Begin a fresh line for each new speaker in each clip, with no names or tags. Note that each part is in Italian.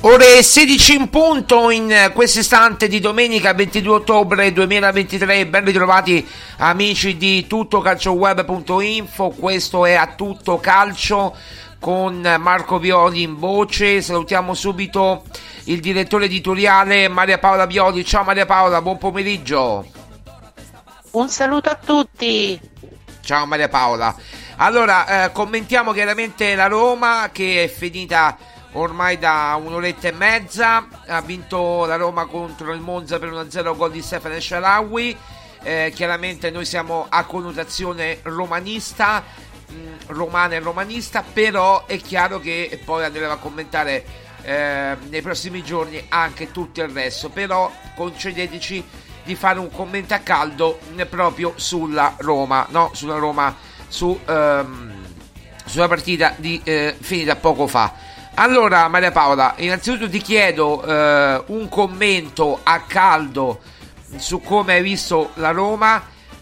Ore 16 in punto in questo istante di domenica 22 ottobre 2023. Ben ritrovati amici di tuttocalcioweb.info. Questo è A Tutto Calcio con Marco Violi in voce. Salutiamo subito il direttore editoriale Maria Paola Violi. Ciao Maria Paola, buon pomeriggio.
Un saluto a tutti.
Ciao Maria Paola. Allora, commentiamo chiaramente la Roma che è finita ormai da un'oretta e mezza. Ha vinto la Roma contro il Monza per 1-0, gol di Stefano El Shaarawy. Chiaramente noi siamo a connotazione romanista, romana e romanista, però è chiaro che poi andremo a commentare nei prossimi giorni anche tutto il resto. Però concedeteci di fare un commento a caldo proprio sulla Roma, no? Sulla Roma, sulla partita finita poco fa. Allora Maria Paola, innanzitutto ti chiedo un commento a caldo su come hai visto la Roma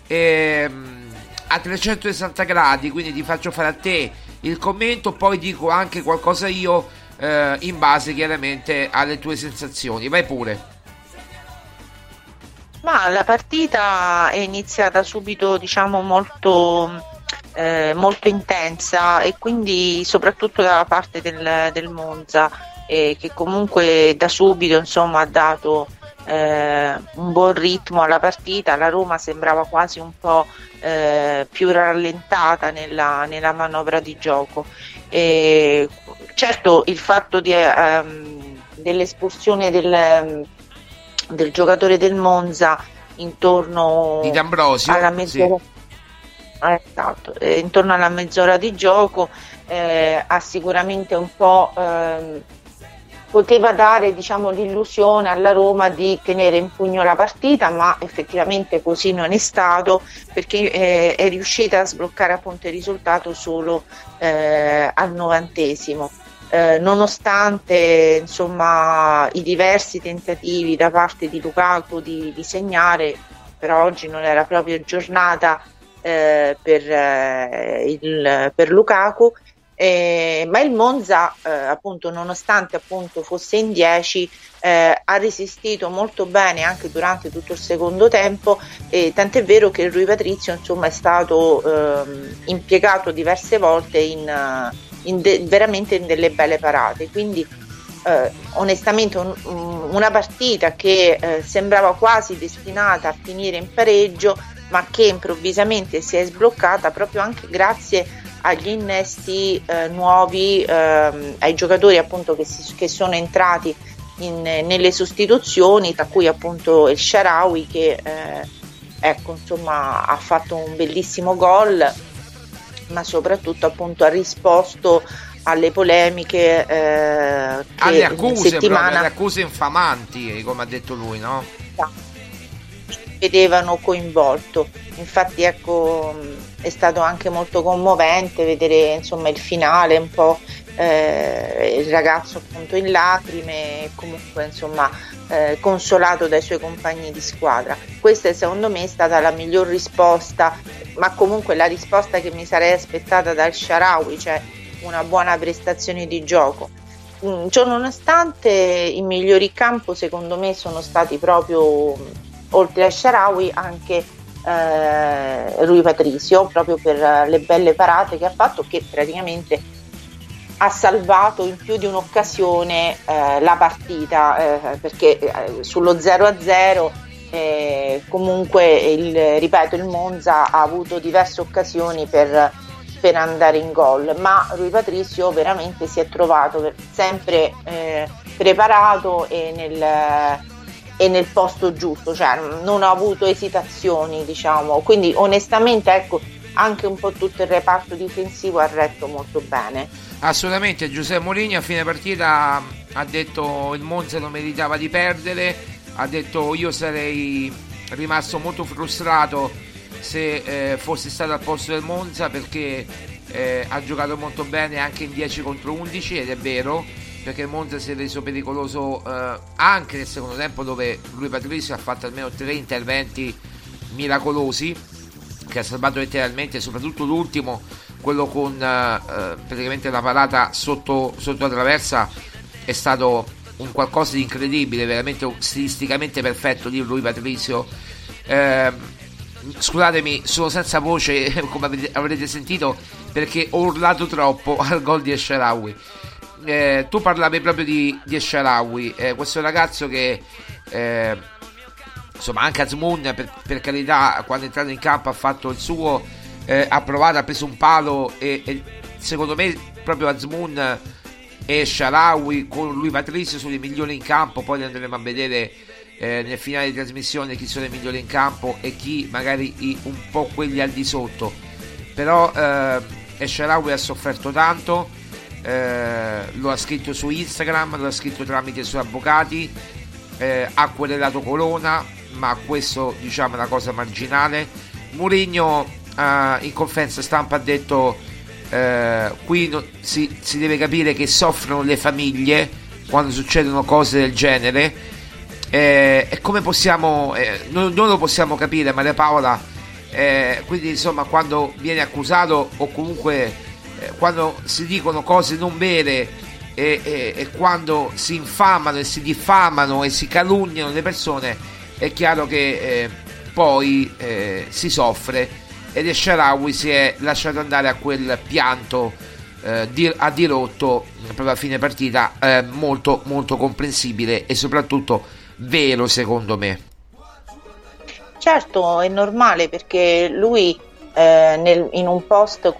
a 360 gradi, quindi ti faccio fare a te il commento, poi dico anche qualcosa io in base chiaramente alle tue sensazioni. Vai pure.
Ma la partita è iniziata subito, diciamo, molto intensa, e quindi soprattutto dalla parte del Monza, che comunque da subito, insomma, ha dato un buon ritmo alla partita. La Roma sembrava quasi un po' più rallentata nella manovra di gioco. Certo, il fatto dell'espulsione del giocatore del Monza intorno
di D'Ambrosio,
alla mezz'ora, sì. Esatto, intorno alla mezz'ora di gioco ha sicuramente un po' poteva dare, diciamo, l'illusione alla Roma di tenere in pugno la partita, ma effettivamente così non è stato, perché è riuscita a sbloccare appunto il risultato solo al 90°. Nonostante, insomma, i diversi tentativi da parte di Lukaku di segnare, però oggi non era proprio giornata per Lukaku, ma il Monza appunto, nonostante appunto fosse in 10, ha resistito molto bene anche durante tutto il secondo tempo, tant'è vero che Rui Patrizio, insomma, è stato impiegato diverse volte veramente in delle belle parate. Quindi onestamente una partita che sembrava quasi destinata a finire in pareggio, ma che improvvisamente si è sbloccata proprio anche grazie agli innesti nuovi, ai giocatori appunto che sono entrati nelle sostituzioni, tra cui appunto El Shaarawy, che ecco, insomma, ha fatto un bellissimo gol, ma soprattutto appunto ha risposto alle polemiche,
alle accuse infamanti, come ha detto lui, no?
Vedevano coinvolto. Infatti, ecco, è stato anche molto commovente vedere, insomma, il finale, un po' il ragazzo appunto in lacrime, comunque, insomma, consolato dai suoi compagni di squadra. Questa secondo me è stata la miglior risposta, ma comunque la risposta che mi sarei aspettata dal Shaarawy, cioè una buona prestazione di gioco. Ciò nonostante, i migliori in campo secondo me sono stati proprio, oltre a Shaarawy, anche Rui Patrizio, proprio per le belle parate che ha fatto, che praticamente ha salvato in più di un'occasione la partita, perché sullo 0-0 comunque ripeto, il Monza ha avuto diverse occasioni per andare in gol, ma Rui Patrizio veramente si è trovato sempre preparato e nel posto giusto, cioè non ha avuto esitazioni, diciamo. Quindi onestamente, ecco, anche un po' tutto il reparto difensivo ha retto molto bene.
Assolutamente. Giuseppe Mourinho a fine partita ha detto il Monza non meritava di perdere, ha detto io sarei rimasto molto frustrato se fosse stato al posto del Monza, perché ha giocato molto bene anche in 10 contro 11, ed è vero, perché il Monza si è reso pericoloso anche nel secondo tempo, dove Rui Patrizio ha fatto almeno 3 interventi miracolosi che ha salvato letteralmente, soprattutto l'ultimo, quello con praticamente la parata sotto la traversa, è stato un qualcosa di incredibile, veramente stilisticamente perfetto di Rui Patricio. Scusatemi, sono senza voce come avrete sentito, perché ho urlato troppo al gol di El Shaarawy. Tu parlavi proprio di El Shaarawy, questo ragazzo che insomma, anche Azmoun per carità, quando è entrato in campo ha fatto il suo, ha provato, ha preso un palo, e secondo me proprio Azmoun e El Shaarawy con Rui Patricio sono i migliori in campo. Poi andremo a vedere nel finale di trasmissione chi sono i migliori in campo e chi magari un po' quelli al di sotto. Però El Shaarawy ha sofferto tanto, lo ha scritto su Instagram, lo ha scritto tramite i suoi avvocati, ha querelato Colonna, ma questo diciamo è una cosa marginale. Mourinho in conferenza stampa ha detto qui si deve capire che soffrono le famiglie quando succedono cose del genere, e come possiamo non lo possiamo capire, Maria Paola. Quindi insomma, quando viene accusato o comunque quando si dicono cose non vere e quando si infamano e si diffamano e si calunniano le persone, è chiaro che poi si soffre, ed El Shaarawy si è lasciato andare a quel pianto a dirotto proprio a fine partita, molto molto comprensibile e soprattutto vero, secondo me.
Certo, è normale, perché lui in un post,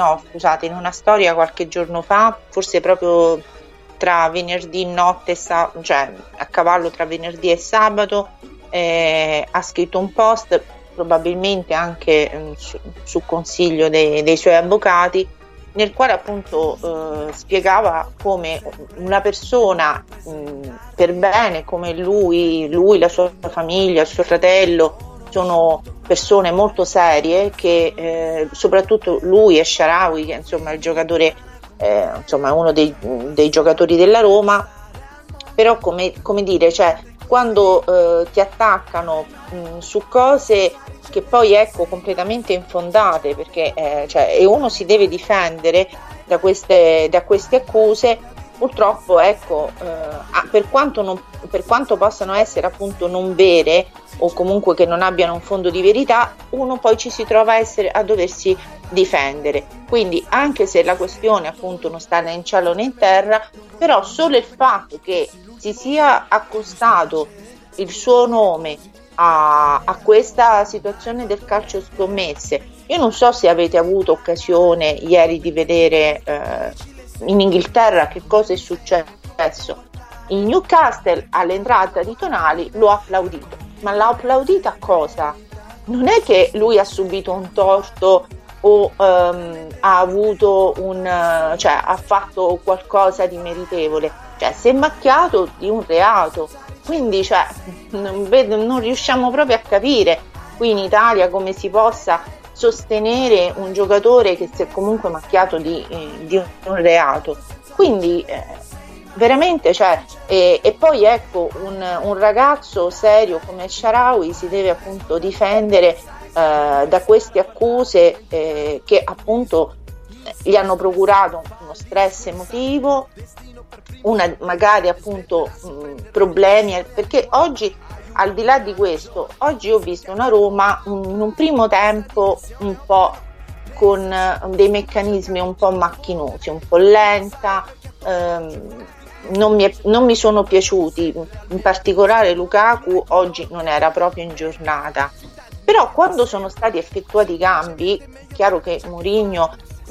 in una storia qualche giorno fa, forse proprio tra venerdì notte, cioè a cavallo tra venerdì e sabato, ha scritto un post, probabilmente anche su consiglio dei suoi avvocati, nel quale appunto spiegava come una persona per bene come lui, la sua famiglia, il suo fratello, sono persone molto serie, che soprattutto lui e Shaarawy, che insomma è il giocatore, insomma è uno dei giocatori della Roma, però come dire, cioè quando ti attaccano su cose che poi ecco completamente infondate, perché e uno si deve difendere da queste accuse, purtroppo ecco per quanto possano essere appunto non vere o comunque che non abbiano un fondo di verità, uno poi ci si trova a doversi difendere. Quindi anche se la questione appunto non sta né in cielo né in terra, però solo il fatto che si sia accostato il suo nome a questa situazione del calcio scommesse. Io non so se avete avuto occasione ieri di vedere in Inghilterra che cosa è successo. Il Newcastle all'entrata di Tonali lo ha applaudito, ma l'ha applaudito a cosa? Non è che lui ha subito un torto o ha avuto ha fatto qualcosa di meritevole, cioè si è macchiato di un reato. Quindi non riusciamo proprio a capire qui in Italia come si possa sostenere un giocatore che si è comunque macchiato di un reato. Quindi veramente e poi ecco un ragazzo serio come Shaarawy si deve appunto difendere da queste accuse che appunto gli hanno procurato uno stress emotivo, magari appunto problemi, perché oggi al di là di questo, oggi ho visto una Roma in un primo tempo un po' con dei meccanismi un po' macchinosi, un po' lenta, non mi sono piaciuti, in particolare Lukaku oggi non era proprio in giornata, però quando sono stati effettuati i cambi, è chiaro che Mourinho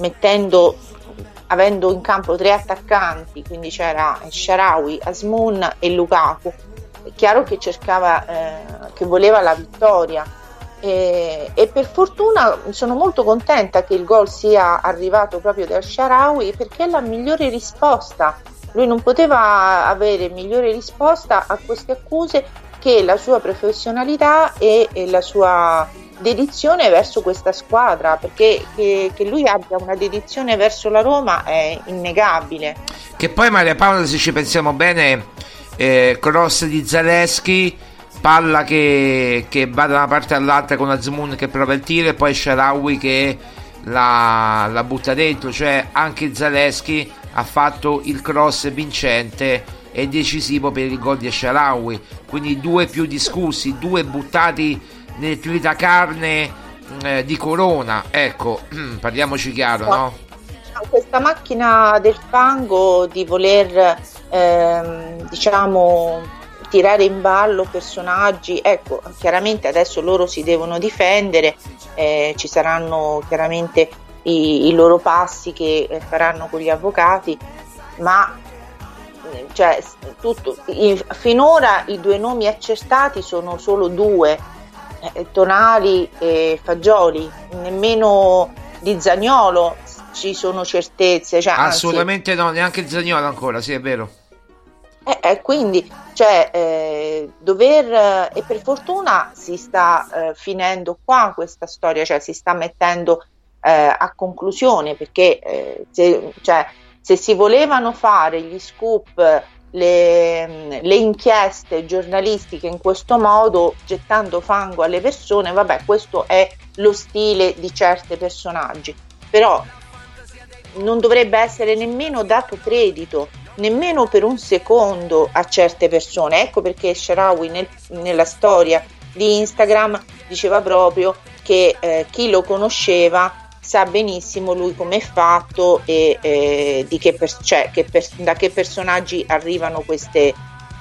avendo in campo 3 attaccanti, quindi c'era Shaarawy, Azmoun e Lukaku, è chiaro che che voleva la vittoria e per fortuna sono molto contenta che il gol sia arrivato proprio da Shaarawy, perché è la migliore risposta. Lui non poteva avere migliore risposta a queste accuse che la sua professionalità e la sua dedizione verso questa squadra, perché che lui abbia una dedizione verso la Roma è innegabile.
Che poi, Maria Paola, se ci pensiamo bene, cross di Zalewski, palla che va da una parte all'altra con Azmoun che prova il tiro e poi Shaarawy che la butta dentro, cioè anche Zalewski ha fatto il cross vincente e decisivo per il gol di Shaarawy, quindi due più discussi, due buttati nel tritacarne di Corona, ecco, parliamoci chiaro, no?
Questa macchina del fango di voler diciamo tirare in ballo personaggi, ecco, chiaramente adesso loro si devono difendere, ci saranno chiaramente i loro passi che faranno con gli avvocati, ma cioè, finora i due nomi accertati sono solo due, Tonali e Fagioli, nemmeno di Zaniolo ci sono certezze, cioè,
assolutamente anzi, no, neanche Zaniolo ancora, sì, è vero.
Quindi cioè, e per fortuna si sta finendo qua questa storia, cioè si sta mettendo a conclusione, perché se si volevano fare gli scoop, le inchieste giornalistiche in questo modo, gettando fango alle persone, vabbè, questo è lo stile di certi personaggi, però non dovrebbe essere nemmeno dato credito, nemmeno per un secondo, a certe persone. Ecco perché Shaarawy nella storia di Instagram diceva proprio che chi lo conosceva sa benissimo lui come è fatto e da che personaggi arrivano queste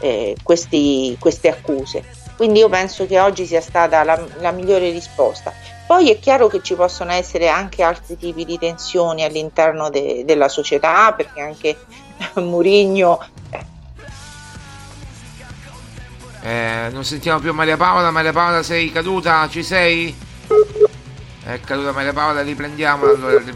accuse. Quindi io penso che oggi sia stata la migliore risposta. Poi è chiaro che ci possono essere anche altri tipi di tensioni all'interno della società, perché anche Mourinho
non sentiamo più Maria Paola, sei caduta? Ci sei? È caduta Maria Paola, riprendiamola.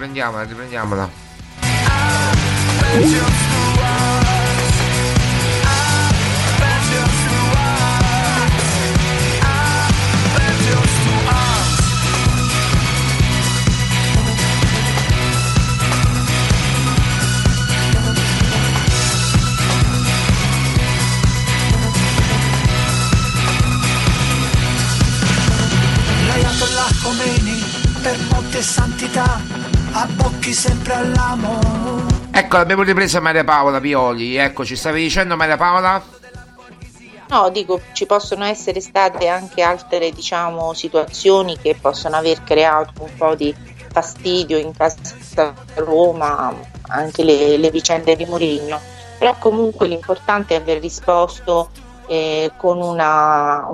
Per molte santità, abbocchi sempre all'amo.
Ecco, l'abbiamo ripresa Maria Paola Pioli. Ecco, ci stavi dicendo Maria Paola?
No, dico, ci possono essere state anche altre, diciamo, situazioni che possono aver creato un po' di fastidio in casa Roma, anche le vicende di Mourinho. Però comunque l'importante è aver risposto con una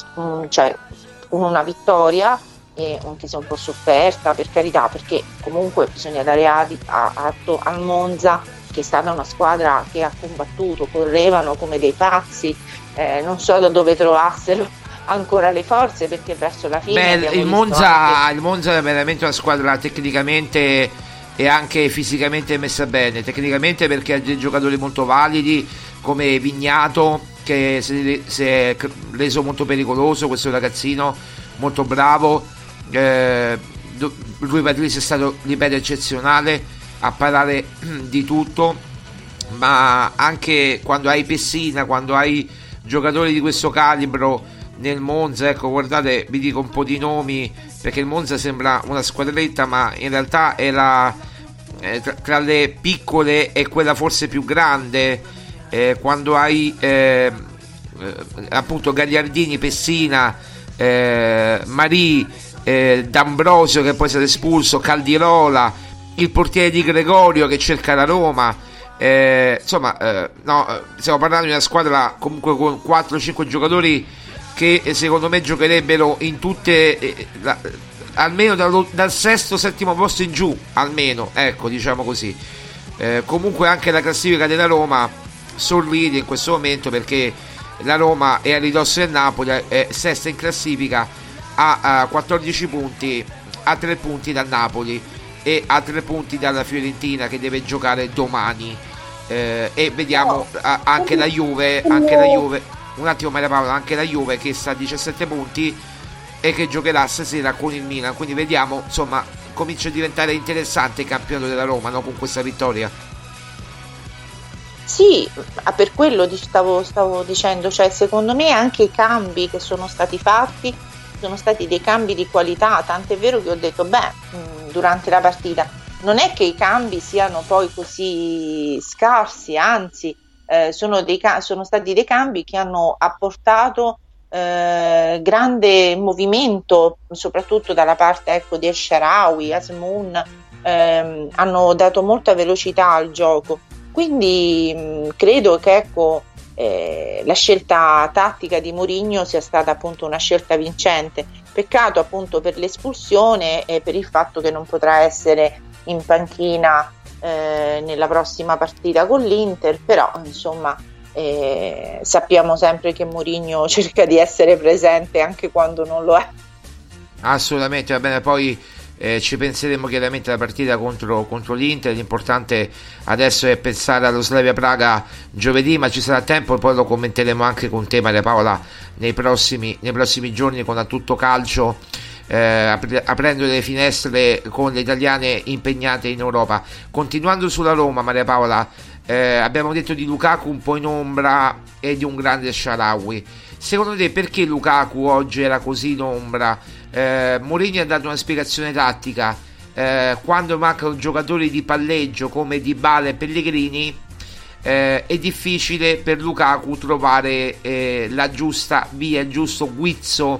vittoria, anche se un po' sofferta, per carità, perché comunque bisogna dare atto al Monza, che è stata una squadra che ha combattuto, correvano come dei pazzi, non so da dove trovassero ancora le forze, perché verso la fine
il Monza è veramente una squadra tecnicamente e anche fisicamente messa bene. Tecnicamente perché ha dei giocatori molto validi come Vignato, che si è reso molto pericoloso, questo ragazzino molto bravo. Rui Patricio è stato, ripeto, eccezionale a parare di tutto, ma anche quando hai Pessina, quando hai giocatori di questo calibro nel Monza, ecco, guardate, vi dico un po' di nomi, perché il Monza sembra una squadretta, ma in realtà è tra le piccole è quella forse più grande, quando hai appunto Gagliardini, Pessina, Marì, D'Ambrosio che poi è stato espulso, Caldirola, il portiere di Gregorio che cerca la Roma, stiamo parlando di una squadra comunque con 4-5 giocatori che secondo me giocherebbero in tutte, almeno dal sesto, settimo posto in giù, almeno, ecco, diciamo così. Comunque anche la classifica della Roma sorride in questo momento, perché la Roma è a ridosso del Napoli, è sesta in classifica, a 14 punti, a 3 punti dal Napoli e a 3 punti dalla Fiorentina, che deve giocare domani, e vediamo anche la Juve, un attimo Maria Paola, anche la Juve che sta a 17 punti e che giocherà stasera con il Milan, quindi vediamo, insomma, comincia a diventare interessante il campionato della Roma, no, con questa vittoria.
Sì, per quello stavo dicendo, cioè secondo me anche i cambi che sono stati fatti sono stati dei cambi di qualità, tant'è vero che ho detto durante la partà, non è che i cambi siano poi così scarsi, anzi sono stati dei cambi che hanno apportato grande movimento, soprattutto dalla parte, ecco, di El Shaarawy, Azmoun, hanno dato molta velocità al gioco, quindi credo che, ecco, la scelta tattica di Mourinho sia stata appunto una scelta vincente. Peccato appunto per l'espulsione e per il fatto che non potrà essere in panchina nella prossima partita con l'Inter, però insomma sappiamo sempre che Mourinho cerca di essere presente anche quando non lo è.
Assolutamente, va bene, poi ci penseremo chiaramente alla partita contro l'Inter. L'importante adesso è pensare allo Slavia Praga giovedì, ma ci sarà tempo e poi lo commenteremo anche con te, Maria Paola, nei prossimi giorni, con A Tutto Calcio, aprendo le finestre con le italiane impegnate in Europa. Continuando sulla Roma, Maria Paola, abbiamo detto di Lukaku un po' in ombra e di un grande Shaarawy. Secondo te perché Lukaku oggi era così in ombra? Mourinho ha dato una spiegazione tattica: quando mancano giocatori di palleggio come Dybala e Pellegrini, è difficile per Lukaku trovare la giusta via, il giusto guizzo,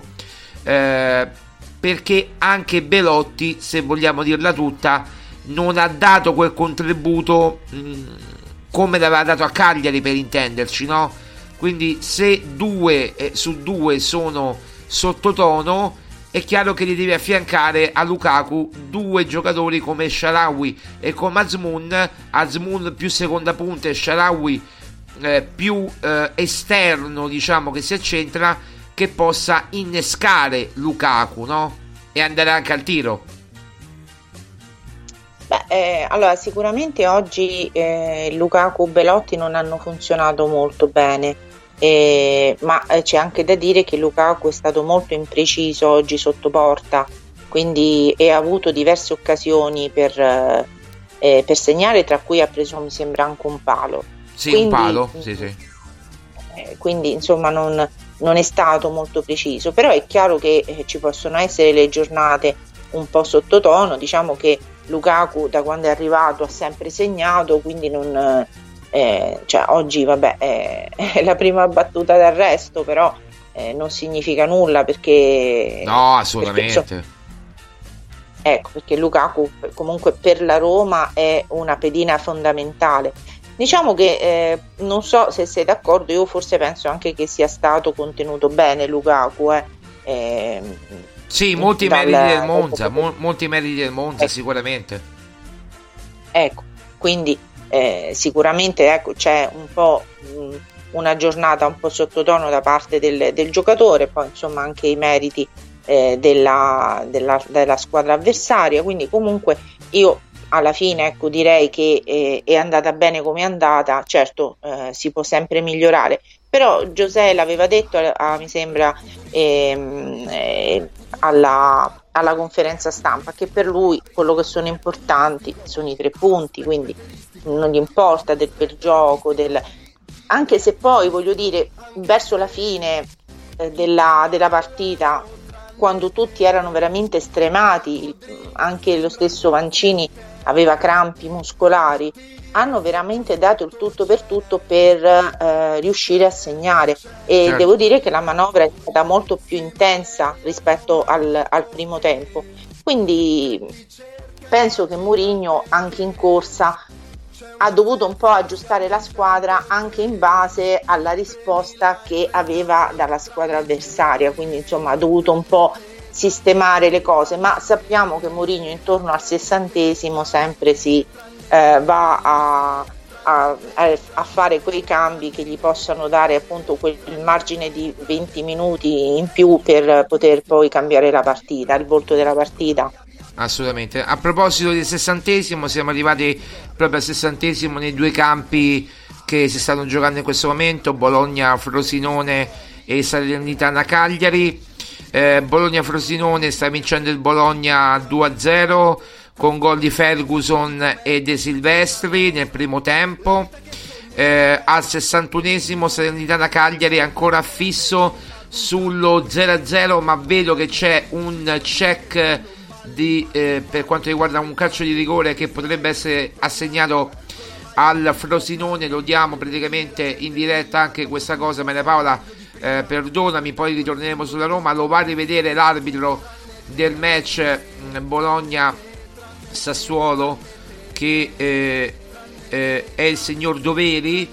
perché anche Belotti, se vogliamo dirla tutta, non ha dato quel contributo come l'aveva dato a Cagliari, per intenderci, no? Quindi se 2 su 2 sono sottotono, è chiaro che gli devi affiancare a Lukaku 2 giocatori come Shaarawy e come Azmoun più seconda punta e Shaarawy più esterno, diciamo, che si accentra, che possa innescare Lukaku, no? E andare anche al tiro.
Allora sicuramente oggi Lukaku e Belotti non hanno funzionato molto bene, ma c'è anche da dire che Lukaku è stato molto impreciso oggi sotto porta, quindi ha avuto diverse occasioni per segnare, tra cui ha preso, mi sembra, anche un palo.
Sì,
quindi,
un palo, sì.
Quindi insomma non è stato molto preciso, però è chiaro che ci possono essere le giornate un po' sottotono. Diciamo che Lukaku da quando è arrivato ha sempre segnato, quindi cioè oggi vabbè è la prima battuta d'arresto, però non significa nulla, perché
no, assolutamente,
perché Lukaku comunque per la Roma è una pedina fondamentale. Diciamo che non so se sei d'accordo, io forse penso anche che sia stato contenuto bene Lukaku,
sì, molti meriti del Monza, sicuramente.
Ecco, quindi sicuramente, ecco, c'è un po' una giornata un po' sottotono da parte del giocatore, poi insomma anche i meriti della squadra avversaria, quindi comunque io alla fine, ecco, direi che è andata bene come è andata. Certo, si può sempre migliorare, però José l'aveva detto, mi sembra, alla conferenza stampa, che per lui quello che sono importanti sono i 3 punti, quindi non gli importa del bel gioco, anche se poi, voglio dire, verso la fine della partita, quando tutti erano veramente stremati, anche lo stesso Mancini aveva crampi muscolari, hanno veramente dato il tutto per tutto per riuscire a segnare, e
certo,
devo dire che la manovra è stata molto più intensa rispetto al primo tempo, quindi penso che Mourinho anche in corsa ha dovuto un po' aggiustare la squadra anche in base alla risposta che aveva dalla squadra avversaria, quindi insomma ha dovuto un po' sistemare le cose, ma sappiamo che Mourinho intorno al 60° sempre si va a fare quei cambi che gli possano dare appunto quel margine di 20 minuti in più per poter poi cambiare la partita, il volto della partita.
Assolutamente. A proposito del 60°, siamo arrivati proprio al 60° nei 2 campi che si stanno giocando in questo momento: Bologna-Frosinone e Salernitana-Cagliari. Bologna-Frosinone sta vincendo il Bologna 2-0 con gol di Ferguson e De Silvestri nel primo tempo. Al 61° Salernitana-Cagliari ancora fisso sullo 0-0, ma vedo che c'è un check per quanto riguarda un calcio di rigore che potrebbe essere assegnato al Frosinone. Lo diamo praticamente in diretta anche questa cosa, Maria Paola, perdonami, poi ritorneremo sulla Roma. Lo va a rivedere l'arbitro del match Bologna-Sassuolo, che è il signor Doveri.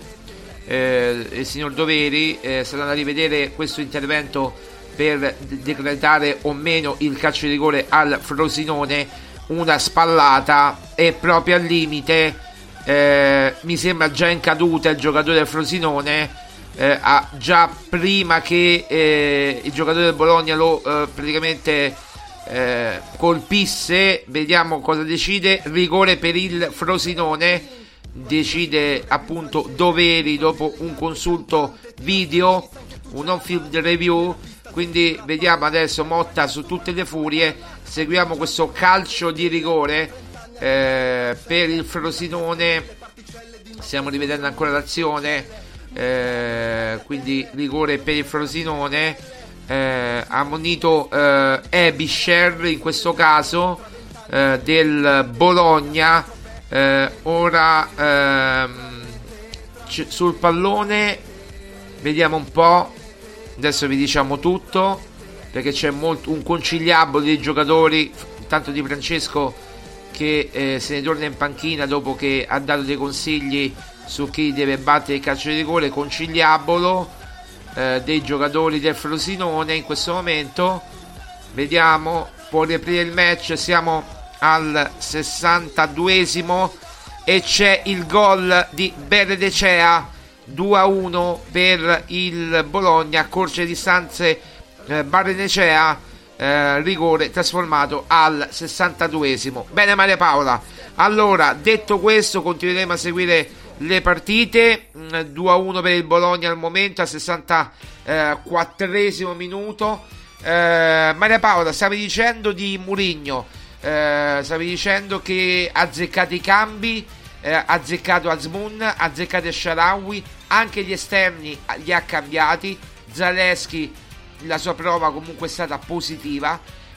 Saranno a rivedere questo intervento per decretare o meno il calcio di rigore al Frosinone. Una spallata e proprio al limite, mi sembra già in caduta il giocatore del Frosinone, già prima che il giocatore del Bologna lo praticamente colpisse. Vediamo cosa decide. Rigore per il Frosinone, decide appunto Doveri dopo un consulto video, un on-field review. Quindi vediamo adesso Motta su tutte le furie, seguiamo questo calcio di rigore per il Frosinone. Stiamo rivedendo ancora l'azione, quindi rigore per il Frosinone. Ammonito Ebischer in questo caso, del Bologna. Ora sul pallone vediamo un po', adesso vi diciamo tutto, perché c'è un conciliabolo dei giocatori, tanto Di Francesco che se ne torna in panchina dopo che ha dato dei consigli su chi deve battere il calcio di rigore. Conciliabolo dei giocatori del Frosinone in questo momento. Vediamo, può riaprire il match. Siamo al 62esimo e c'è il gol di Benedicea, 2-1 per il Bologna a corte distanze. Benedicea, rigore trasformato al 62esimo. Bene Maria Paola, allora detto questo continueremo a seguire le partite. 2-1 per il Bologna al momento, al 64esimo minuto. Maria Paola, stavi dicendo di Mourinho, stavi dicendo che ha azzeccato i cambi, ha azzeccato Azmoun, ha azzeccato Shaarawy, anche gli esterni li ha cambiati. Zalewski, la sua prova comunque è stata positiva,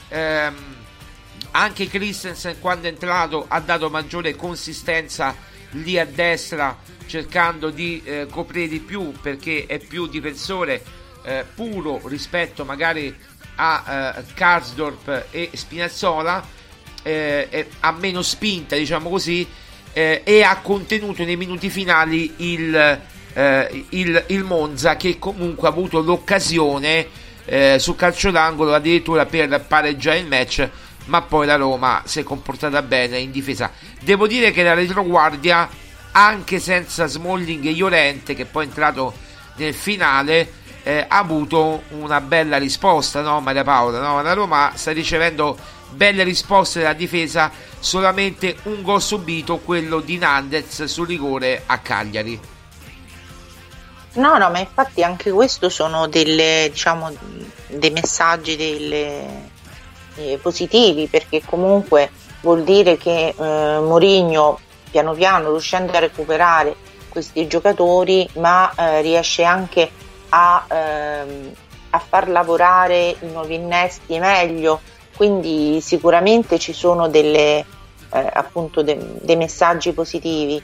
anche Christensen quando è entrato ha dato maggiore consistenza lì a destra, cercando di coprire di più, perché è più difensore puro rispetto magari a Karsdorp e Spinazzola, ha meno spinta, diciamo così, e ha contenuto nei minuti finali il Monza, che comunque ha avuto l'occasione sul calcio d'angolo addirittura per pareggiare il match, ma poi la Roma si è comportata bene in difesa. Devo dire che la retroguardia, anche senza Smalling e Llorente, che poi è entrato nel finale, ha avuto una bella risposta, no Maria Paola? No? La Roma sta ricevendo belle risposte dalla difesa, solamente un gol subito, quello di Nandez sul rigore a Cagliari.
No, ma infatti anche questo sono dei messaggi positivi, perché comunque vuol dire che Mourinho piano piano, riuscendo a recuperare questi giocatori, ma riesce anche a far lavorare i nuovi innesti meglio. Quindi sicuramente ci sono dei messaggi positivi.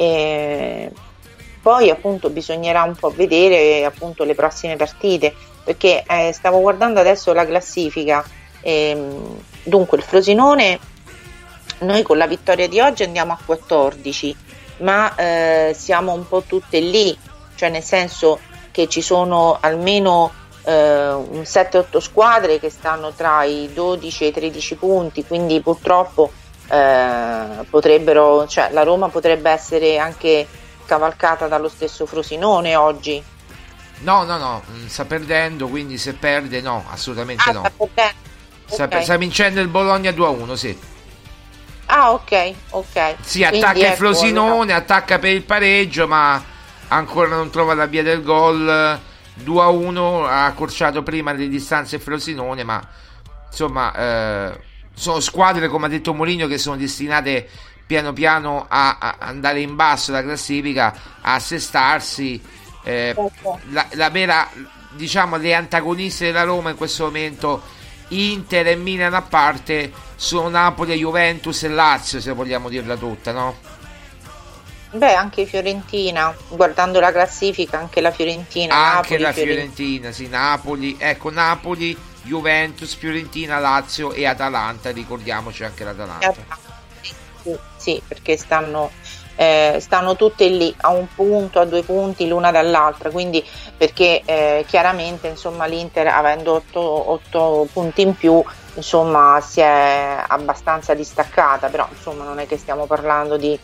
Poi appunto bisognerà un po' vedere appunto le prossime partite, perché stavo guardando adesso la classifica. Dunque il Frosinone, noi con la vittoria di oggi andiamo a 14, ma siamo un po' tutte lì, cioè nel senso che ci sono almeno 7-8 squadre che stanno tra i 12 e i 13 punti, quindi purtroppo la Roma potrebbe essere anche cavalcata dallo stesso Frosinone oggi.
No, sta perdendo, quindi se perde no, assolutamente no. Sta vincendo il Bologna 2-1, sì.
Ah, ok.
Sì, attacca il Frosinone, attacca per il pareggio, ma ancora non trova la via del gol. 2-1, ha accorciato prima le distanze il Frosinone, ma insomma sono squadre, come ha detto Mourinho, che sono destinate piano piano a andare in basso la classifica, a assestarsi. La vera, diciamo, le antagoniste della Roma in questo momento Inter e Milan a parte, sono Napoli, Juventus e Lazio, se vogliamo dirla tutta, no?
Beh, anche Fiorentina, guardando la classifica, anche la Fiorentina.
Anche
Napoli,
la Fiorentina, sì, Napoli, ecco, Napoli, Juventus, Fiorentina, Lazio e Atalanta, ricordiamoci anche l'Atalanta.
Sì, perché stanno tutte lì a un punto, a 2 punti l'una dall'altra, quindi perché chiaramente insomma l'Inter, avendo 8 punti in più, insomma si è abbastanza distaccata, però insomma non è che stiamo parlando di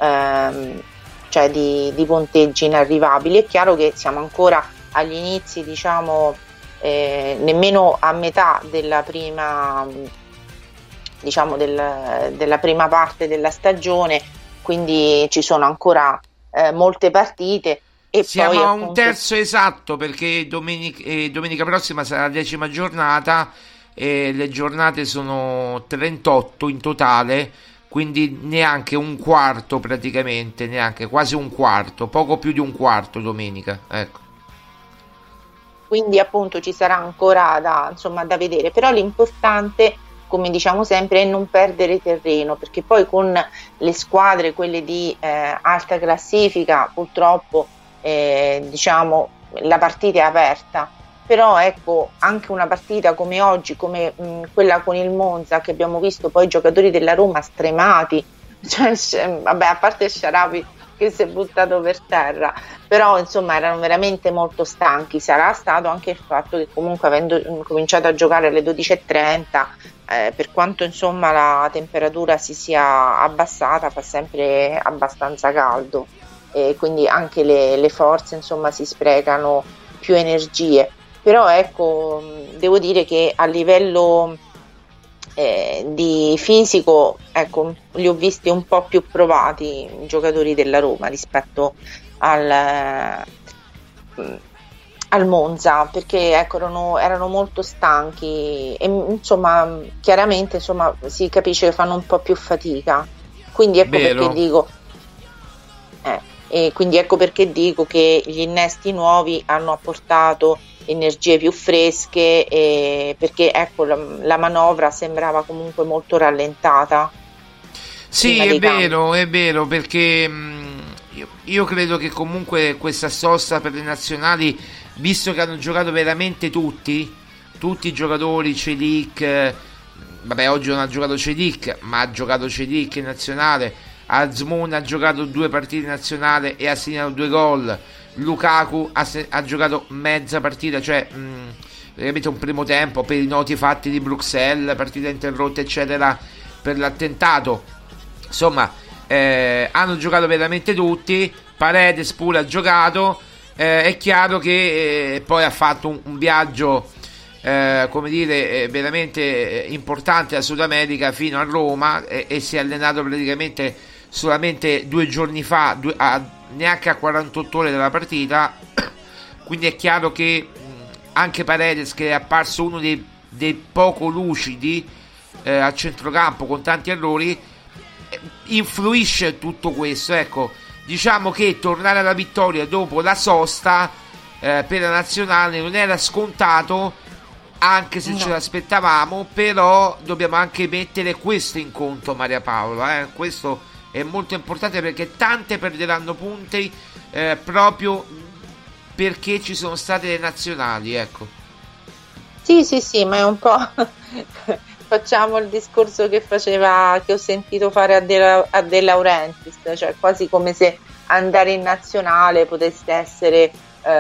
punteggi inarrivabili. È chiaro che siamo ancora agli inizi, diciamo, nemmeno a metà della prima, diciamo, della prima parte della stagione, quindi ci sono ancora molte partite. E
siamo
poi,
a
appunto,
un terzo esatto, perché domenica prossima sarà la 10ª giornata e le giornate sono 38 in totale, quindi neanche un quarto, praticamente, neanche, quasi un quarto, poco più di un quarto domenica, ecco.
Quindi appunto ci sarà ancora da vedere, però l'importante, come diciamo sempre, è non perdere terreno, perché poi con le squadre, quelle di alta classifica, purtroppo diciamo la partita è aperta. Però ecco, anche una partita come oggi, come quella con il Monza, che abbiamo visto poi i giocatori della Roma stremati, cioè, vabbè, a parte Sharawi che si è buttato per terra, però insomma erano veramente molto stanchi. Sarà stato anche il fatto che comunque, avendo cominciato a giocare alle 12:30, per quanto insomma la temperatura si sia abbassata, fa sempre abbastanza caldo, e quindi anche le forze insomma si sprecano più energie. Però ecco, devo dire che a livello di fisico, ecco, li ho visti un po' più provati i giocatori della Roma rispetto al Monza, perché ecco, erano molto stanchi e insomma chiaramente insomma si capisce che fanno un po' più fatica, quindi ecco perché dico che gli innesti nuovi hanno apportato energie più fresche, perché ecco la manovra sembrava comunque molto rallentata.
Sì, è vero, perché io credo che comunque questa sosta per le nazionali, visto che hanno giocato veramente tutti i giocatori, Celic, vabbè, oggi non ha giocato Celic, ma ha giocato Celic in nazionale, Azmoun ha giocato 2 partite in nazionale e ha segnato 2 gol, Lukaku ha giocato mezza partita, cioè veramente un primo tempo, per i noti fatti di Bruxelles, partita interrotta eccetera per l'attentato. Insomma, hanno giocato veramente tutti. Paredes pure ha giocato. È chiaro che poi ha fatto un viaggio come dire veramente importante a Sud America fino a Roma, e si è allenato praticamente solamente 2 giorni fa, neanche a 48 ore dalla partita. Quindi è chiaro che anche Paredes, che è apparso uno dei poco lucidi a centrocampo con tanti errori, influisce tutto questo. Ecco, diciamo che tornare alla vittoria dopo la sosta per la nazionale non era scontato, anche se ce l'aspettavamo, però dobbiamo anche mettere questo in conto, Maria Paola, questo è molto importante, perché tante perderanno punti proprio perché ci sono state le nazionali, ecco.
Sì, ma è un po' facciamo il discorso che ho sentito fare a De Laurentiis, cioè quasi come se andare in nazionale potesse essere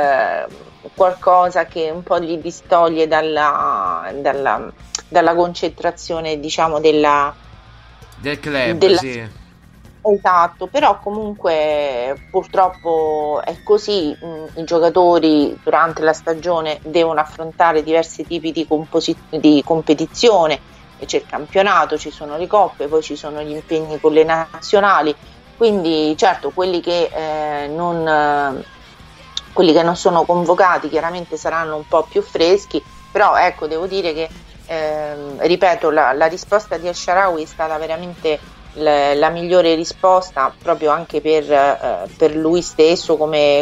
qualcosa che un po' gli distoglie dalla concentrazione, diciamo, del club, sì. Esatto, però comunque purtroppo è così. I giocatori durante la stagione devono affrontare diversi tipi di competizione, c'è il campionato, ci sono le coppe, poi ci sono gli impegni con le nazionali, quindi certo quelli che non sono convocati chiaramente saranno un po' più freschi, però ecco, devo dire che ripeto, la risposta di El Shaarawy è stata veramente la migliore risposta, proprio anche per lui stesso come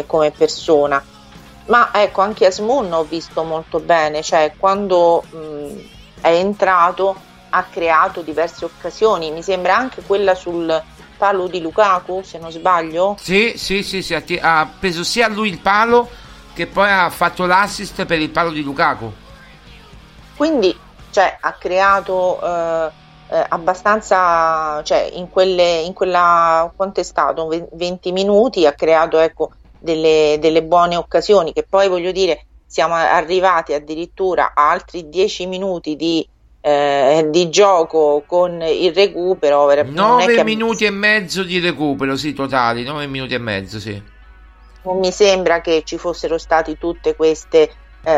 persona. Ma ecco, anche Azmoun ho visto molto bene, cioè quando è entrato, ha creato diverse occasioni, mi sembra anche quella sul palo di Lukaku, se non sbaglio.
Sì, ha preso sia lui il palo che poi ha fatto l'assist per il palo di Lukaku.
Quindi ha creato abbastanza, in quella, quanto è stato? 20 minuti, ha creato delle buone occasioni, che poi voglio dire siamo arrivati addirittura a altri 10 minuti di gioco con il recupero.
9 minuti e mezzo di recupero, sì, totali, 9 minuti e mezzo, sì.
Non mi sembra che ci fossero stati tutte queste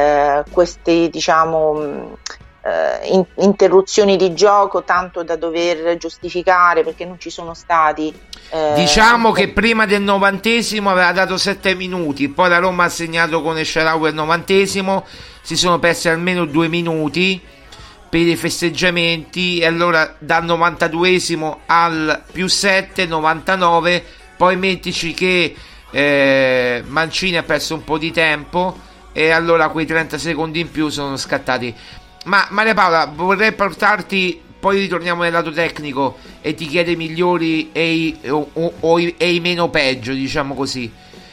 diciamo interruzioni di gioco tanto da dover giustificare, perché non ci sono stati.
Diciamo che prima del 90esimo aveva dato 7 minuti, poi la Roma ha segnato con El Shaarawy al 90esimo, si sono persi almeno 2 minuti per i festeggiamenti, e allora dal 92esimo al +7, 99, poi mettici che Mancini ha perso un po' di tempo e allora quei 30 secondi in più sono scattati. Ma Maria Paola, vorrei portarti, poi ritorniamo nel lato tecnico e ti chiedo i migliori e i meno peggio, diciamo così,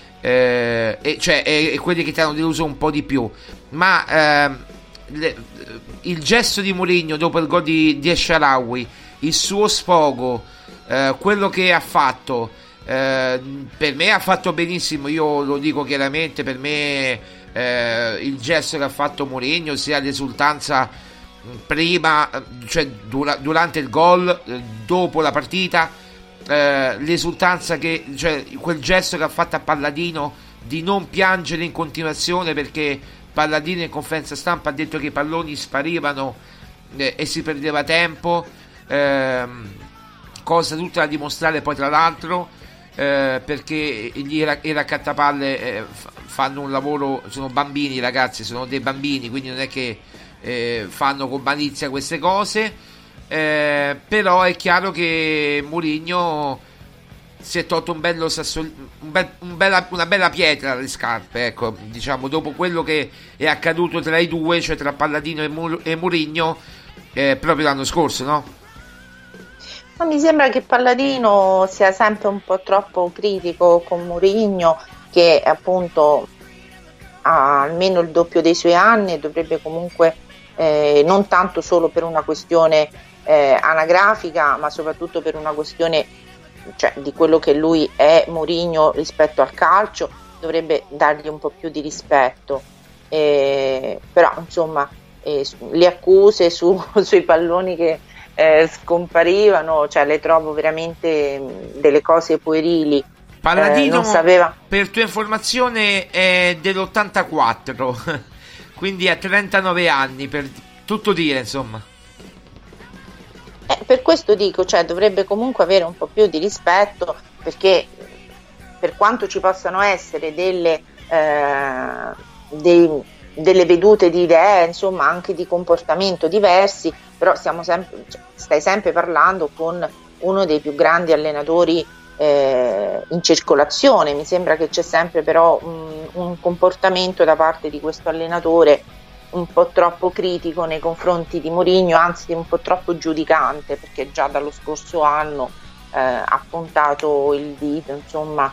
e quelli che ti hanno deluso un po' di più. Ma il gesto di Mourinho dopo il gol di El Shaarawy, il suo sfogo, quello che ha fatto, per me ha fatto benissimo, io lo dico chiaramente. Per me il gesto che ha fatto Mourinho, sia l'esultanza prima, durante il gol, dopo la partita, l'esultanza quel gesto che ha fatto a Palladino di non piangere in continuazione, perché Palladino in conferenza stampa ha detto che i palloni sparivano e si perdeva tempo, cosa tutta da dimostrare poi, tra l'altro, perché i raccattapalle fanno un lavoro, sono bambini, ragazzi, sono dei bambini, quindi non è che fanno con malizia queste cose, però è chiaro che Mourinho si è tolto una bella pietra dalle scarpe, ecco, diciamo, dopo quello che è accaduto tra i due, cioè tra Palladino e Mourinho, proprio l'anno scorso, no?
Ma mi sembra che Palladino sia sempre un po' troppo critico con Mourinho, che appunto ha almeno il doppio dei suoi anni e dovrebbe comunque, non tanto solo per una questione anagrafica, ma soprattutto per una questione, di quello che lui è, Mourinho, rispetto al calcio, dovrebbe dargli un po' più di rispetto. Però insomma, le accuse sui palloni che scomparivano, le trovo veramente delle cose puerili.
Palladino,
non sapeva.
Per tua informazione, è dell'84 quindi ha 39 anni, per tutto dire, insomma.
Per questo dico, dovrebbe comunque avere un po' più di rispetto, perché per quanto ci possano essere delle vedute di idee, insomma, anche di comportamento diversi, però stai sempre parlando con uno dei più grandi allenatori in circolazione. Mi sembra che c'è sempre però un comportamento da parte di questo allenatore un po' troppo critico nei confronti di Mourinho, anzi un po' troppo giudicante, perché già dallo scorso anno ha puntato il dito, insomma,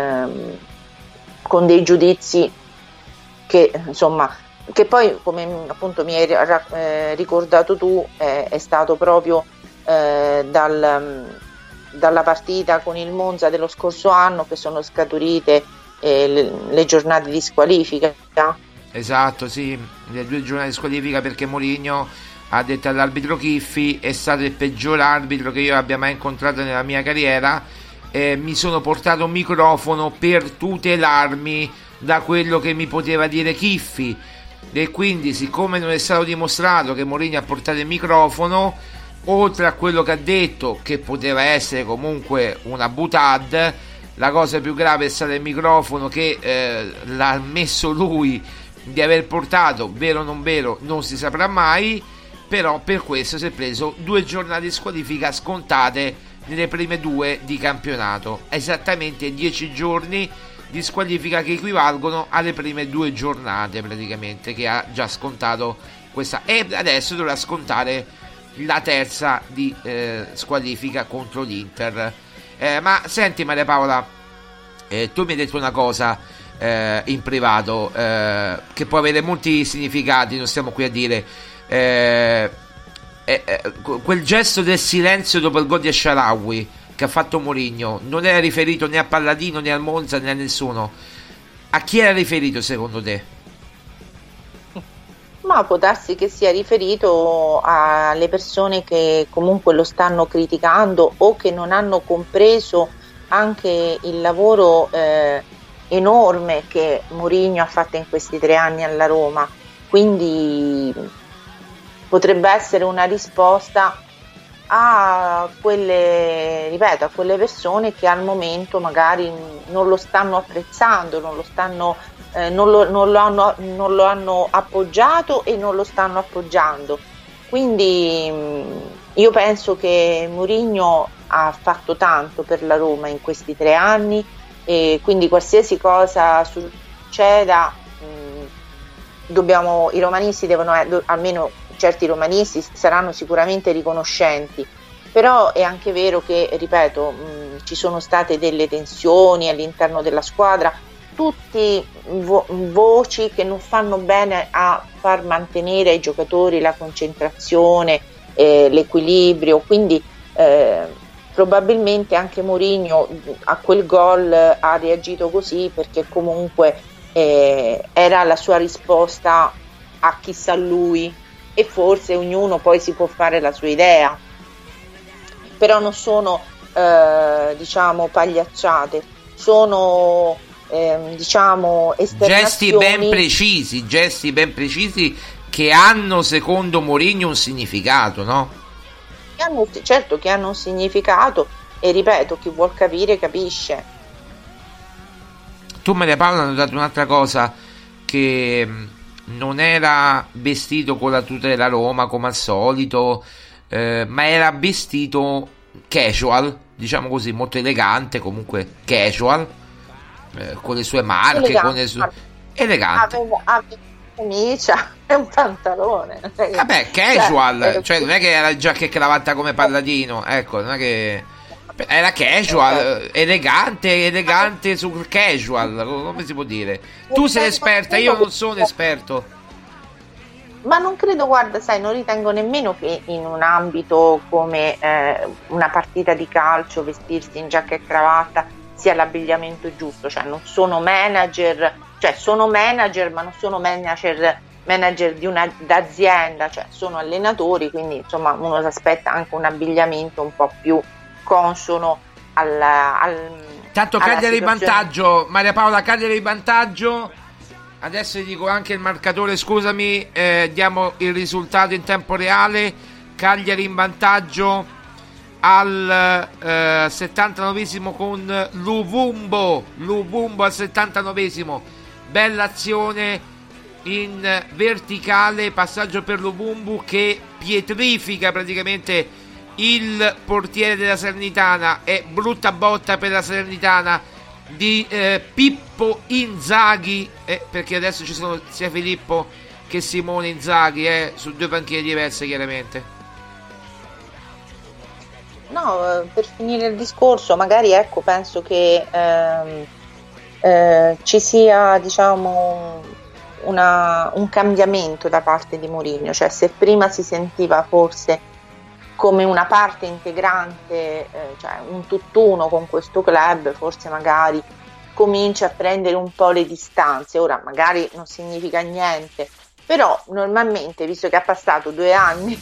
con dei giudizi che, insomma, che poi, come appunto mi hai ricordato tu, è stato proprio dalla partita con il Monza dello scorso anno che sono scaturite le giornate di squalifica.
Esatto, sì, le 2 giornate di squalifica, perché Mourinho ha detto all'arbitro Chiffi: è stato il peggior arbitro che io abbia mai incontrato nella mia carriera, mi sono portato un microfono per tutelarmi da quello che mi poteva dire Chiffi, e quindi, siccome non è stato dimostrato che Mourinho ha portato il microfono, oltre a quello che ha detto, che poteva essere comunque una boutade, la cosa più grave è stato il microfono che l'ha messo lui di aver portato, vero o non vero non si saprà mai, però per questo si è preso 2 giornate di squalifica scontate nelle prime 2 di campionato, esattamente 10 giorni di squalifica che equivalgono alle prime 2 giornate praticamente, che ha già scontato questa, e adesso dovrà scontare la terza di squalifica contro l'Inter. Ma senti Maria Paola, tu mi hai detto una cosa in privato che può avere molti significati, non stiamo qui a dire. Quel gesto del silenzio dopo il gol di Shaarawy che ha fatto Mourinho non era riferito né a Palladino né al Monza né a nessuno. A chi era riferito secondo te?
Ma può darsi che sia riferito alle persone che comunque lo stanno criticando o che non hanno compreso anche il lavoro enorme che Mourinho ha fatto in questi 3 anni alla Roma. Quindi potrebbe essere una risposta a quelle, ripeto, a quelle persone che al momento magari non lo stanno apprezzando, non lo hanno appoggiato e non lo stanno appoggiando. Quindi io penso che Mourinho ha fatto tanto per la Roma in questi 3 anni e quindi qualsiasi cosa succeda i romanisti devono, almeno certi romanisti saranno sicuramente riconoscenti, però è anche vero che, ripeto, ci sono state delle tensioni all'interno della squadra, tutti voci che non fanno bene a far mantenere ai giocatori la concentrazione, l'equilibrio, quindi probabilmente anche Mourinho a quel gol ha reagito così perché comunque era la sua risposta a chissà lui, e forse ognuno poi si può fare la sua idea, però non sono diciamo pagliacciate, sono diciamo esternazioni,
gesti ben precisi che hanno secondo Mourinho un significato, no?
Certo che hanno un significato e ripeto, chi vuol capire capisce.
Tu Maria Paola hanno dato un'altra cosa, che non era vestito con la tuta della Roma come al solito, ma era vestito casual, diciamo così, molto elegante, comunque casual, con le sue marche, elegante. Con le sue... elegante.
Aveva camicia e un pantalone.
Vabbè, casual, cioè non è che era giacca e cravatta come Palladino, ecco, non è che... Era casual, elegante sul casual, come si può dire? Tu sei esperta, io non sono esperto.
Ma non credo, guarda, sai, non ritengo nemmeno che in un ambito come una partita di calcio vestirsi in giacca e cravatta sia l'abbigliamento giusto, cioè non sono manager, cioè sono manager ma non sono manager di d'azienda, cioè sono allenatori, quindi insomma uno si aspetta anche un abbigliamento un po' più consono
tanto Cagliari in vantaggio, Maria Paola, Cagliari in vantaggio, adesso ti dico anche il marcatore, scusami, diamo il risultato in tempo reale. Cagliari in vantaggio al 79esimo con Luvumbo al 79esimo, bella azione in verticale, passaggio per Luvumbo che pietrifica praticamente il portiere della Salernitana, e brutta botta per la Salernitana di Pippo Inzaghi, perché adesso ci sono sia Filippo che Simone Inzaghi su 2 panchine diverse chiaramente.
No, per finire il discorso, magari ecco, penso che ci sia, diciamo, un cambiamento da parte di Mourinho, cioè se prima si sentiva forse come una parte integrante, cioè un tutt'uno con questo club, forse magari comincia a prendere un po' le distanze. Ora magari non significa niente, però normalmente, visto che ha passato 2 anni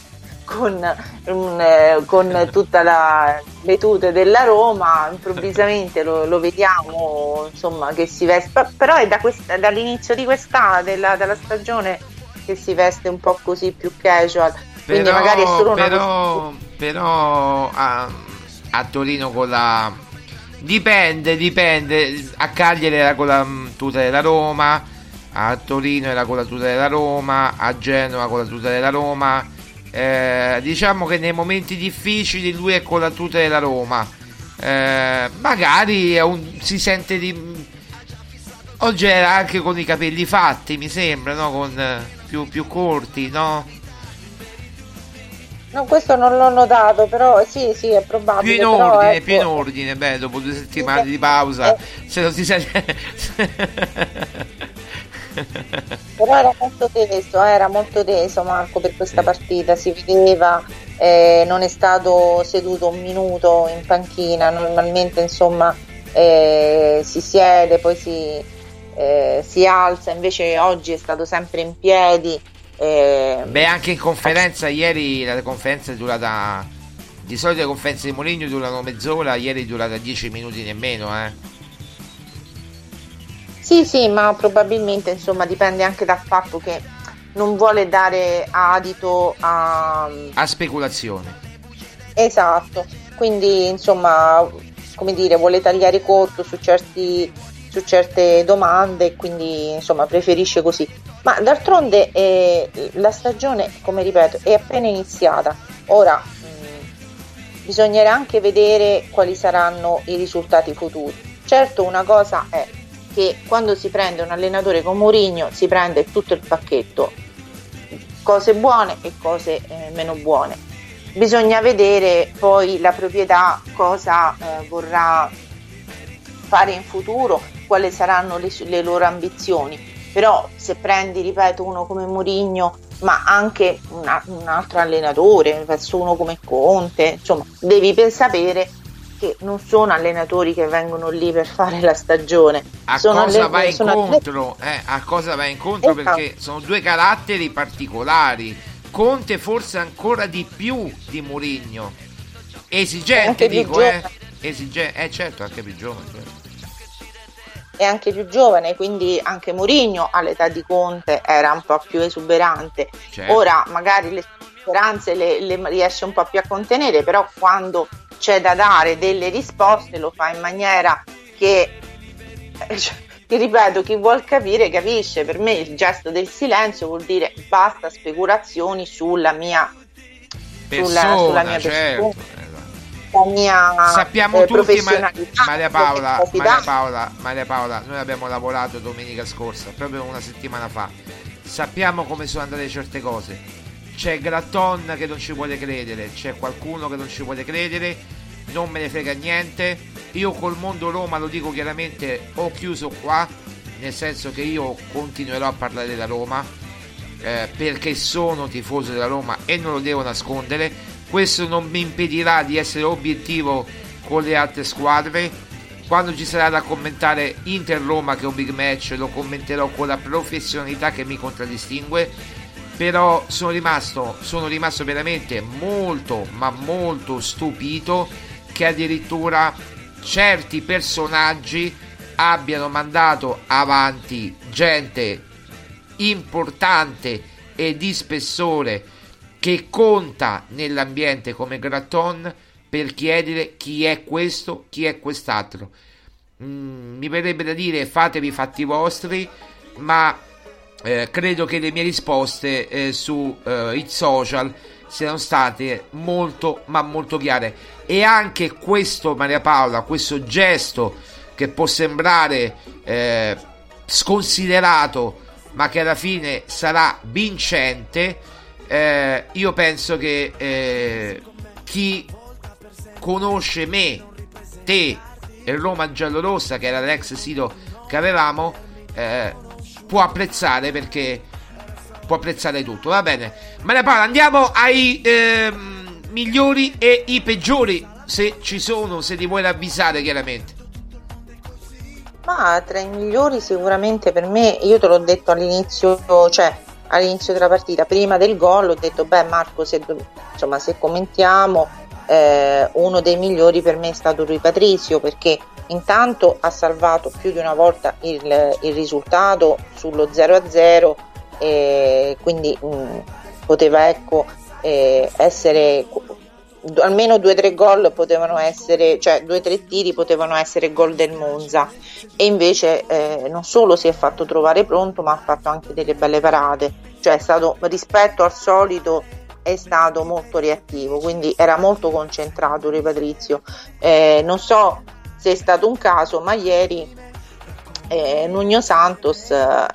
con tutta le tute della Roma, improvvisamente lo vediamo, insomma, che si veste, però è dall'inizio di della stagione che si veste un po' così, più casual. Quindi magari è solo
però a Torino con la dipende, a Cagliari era con la tuta della Roma, a Torino era con la tuta della Roma, a Genova con la tuta della Roma, diciamo che nei momenti difficili lui è con la tuta della Roma, magari si sente di oggi era anche con i capelli fatti, mi sembra, no? più corti, no?
No, questo non l'ho notato, però sì, è probabile.
Più in
però,
ordine,
ecco,
più in ordine, beh, dopo 2 settimane di pausa, se non si sente...
Però era molto teso Marco per questa partita, si vedeva, non è stato seduto un minuto in panchina, normalmente insomma si siede, poi si alza, invece oggi è stato sempre in piedi.
Beh, anche in conferenza ieri, la conferenza è durata, di solito le conferenze di Mourinho durano mezz'ora, ieri è durata 10 minuti nemmeno,
Sì, ma probabilmente insomma dipende anche dal fatto che non vuole dare adito a
speculazione.
Esatto, quindi insomma, come dire, vuole tagliare corto su certe domande e quindi insomma preferisce così. Ma d'altronde la stagione, come ripeto, è appena iniziata. Ora bisognerà anche vedere quali saranno i risultati futuri. Certo, una cosa è che quando si prende un allenatore come Mourinho si prende tutto il pacchetto, cose buone e cose meno buone. Bisogna vedere poi la proprietà cosa vorrà fare in futuro, quali saranno le loro ambizioni. Però se prendi, ripeto, uno come Mourinho, ma anche un altro allenatore, penso uno come Conte, insomma, devi ben sapere che non sono allenatori che vengono lì per fare la stagione.
A cosa va incontro? A cosa va incontro? Perché sono due caratteri particolari. Conte forse ancora di più di Mourinho. Esigente, dico, certo, anche più giovane. Certo.
È anche più giovane, quindi anche Mourinho all'età di Conte era un po' più esuberante. Certo. Ora magari le speranze le riesce un po' più a contenere, però quando c'è da dare delle risposte lo fa in maniera che, ripeto, chi vuol capire capisce. Per me il gesto del silenzio vuol dire basta speculazioni sulla mia
persona,
sulla mia
certo.
persona, la mia
sappiamo tutti,
professionalità.
Maria Paola, noi abbiamo lavorato domenica scorsa, proprio una settimana fa, sappiamo come sono andate certe cose. C'è Gratton che non ci vuole credere, c'è qualcuno che non ci vuole credere, non me ne frega niente. Io col mondo Roma, lo dico chiaramente, ho chiuso qua, nel senso che io continuerò a parlare della Roma, perché sono tifoso della Roma e non lo devo nascondere. Questo non mi impedirà di essere obiettivo con le altre squadre. Quando ci sarà da commentare Inter-Roma, che è un big match, lo commenterò con la professionalità che mi contraddistingue. Però sono rimasto veramente molto, ma molto stupito che addirittura certi personaggi abbiano mandato avanti gente importante e di spessore che conta nell'ambiente come Gratton per chiedere chi è questo, chi è quest'altro. Mi verrebbe da dire fatevi i fatti vostri, ma credo che le mie risposte su i social siano state molto ma molto chiare, e anche questo, Maria Paola, questo gesto che può sembrare sconsiderato ma che alla fine sarà vincente, io penso che chi conosce me, te e Roma Giallorossa, che era l'ex sito che avevamo, può apprezzare, perché può apprezzare tutto. Va bene, Maria Paola, andiamo ai migliori e i peggiori, se ci sono, se li vuoi ravvisare chiaramente.
Ma tra i migliori sicuramente per me, io te l'ho detto all'inizio della partita, prima del gol ho detto Marco, se commentiamo, uno dei migliori per me è stato Rui Patricio, perché intanto ha salvato più di una volta il risultato sullo 0-0, quindi poteva essere almeno 2-3 gol potevano essere, cioè 2-3 tiri potevano essere gol del Monza, e invece non solo si è fatto trovare pronto, ma ha fatto anche delle belle parate, cioè è stato, rispetto al solito, è stato molto reattivo, quindi era molto concentrato Rui Patricio. Non so se è stato un caso, ma ieri Nuno Santos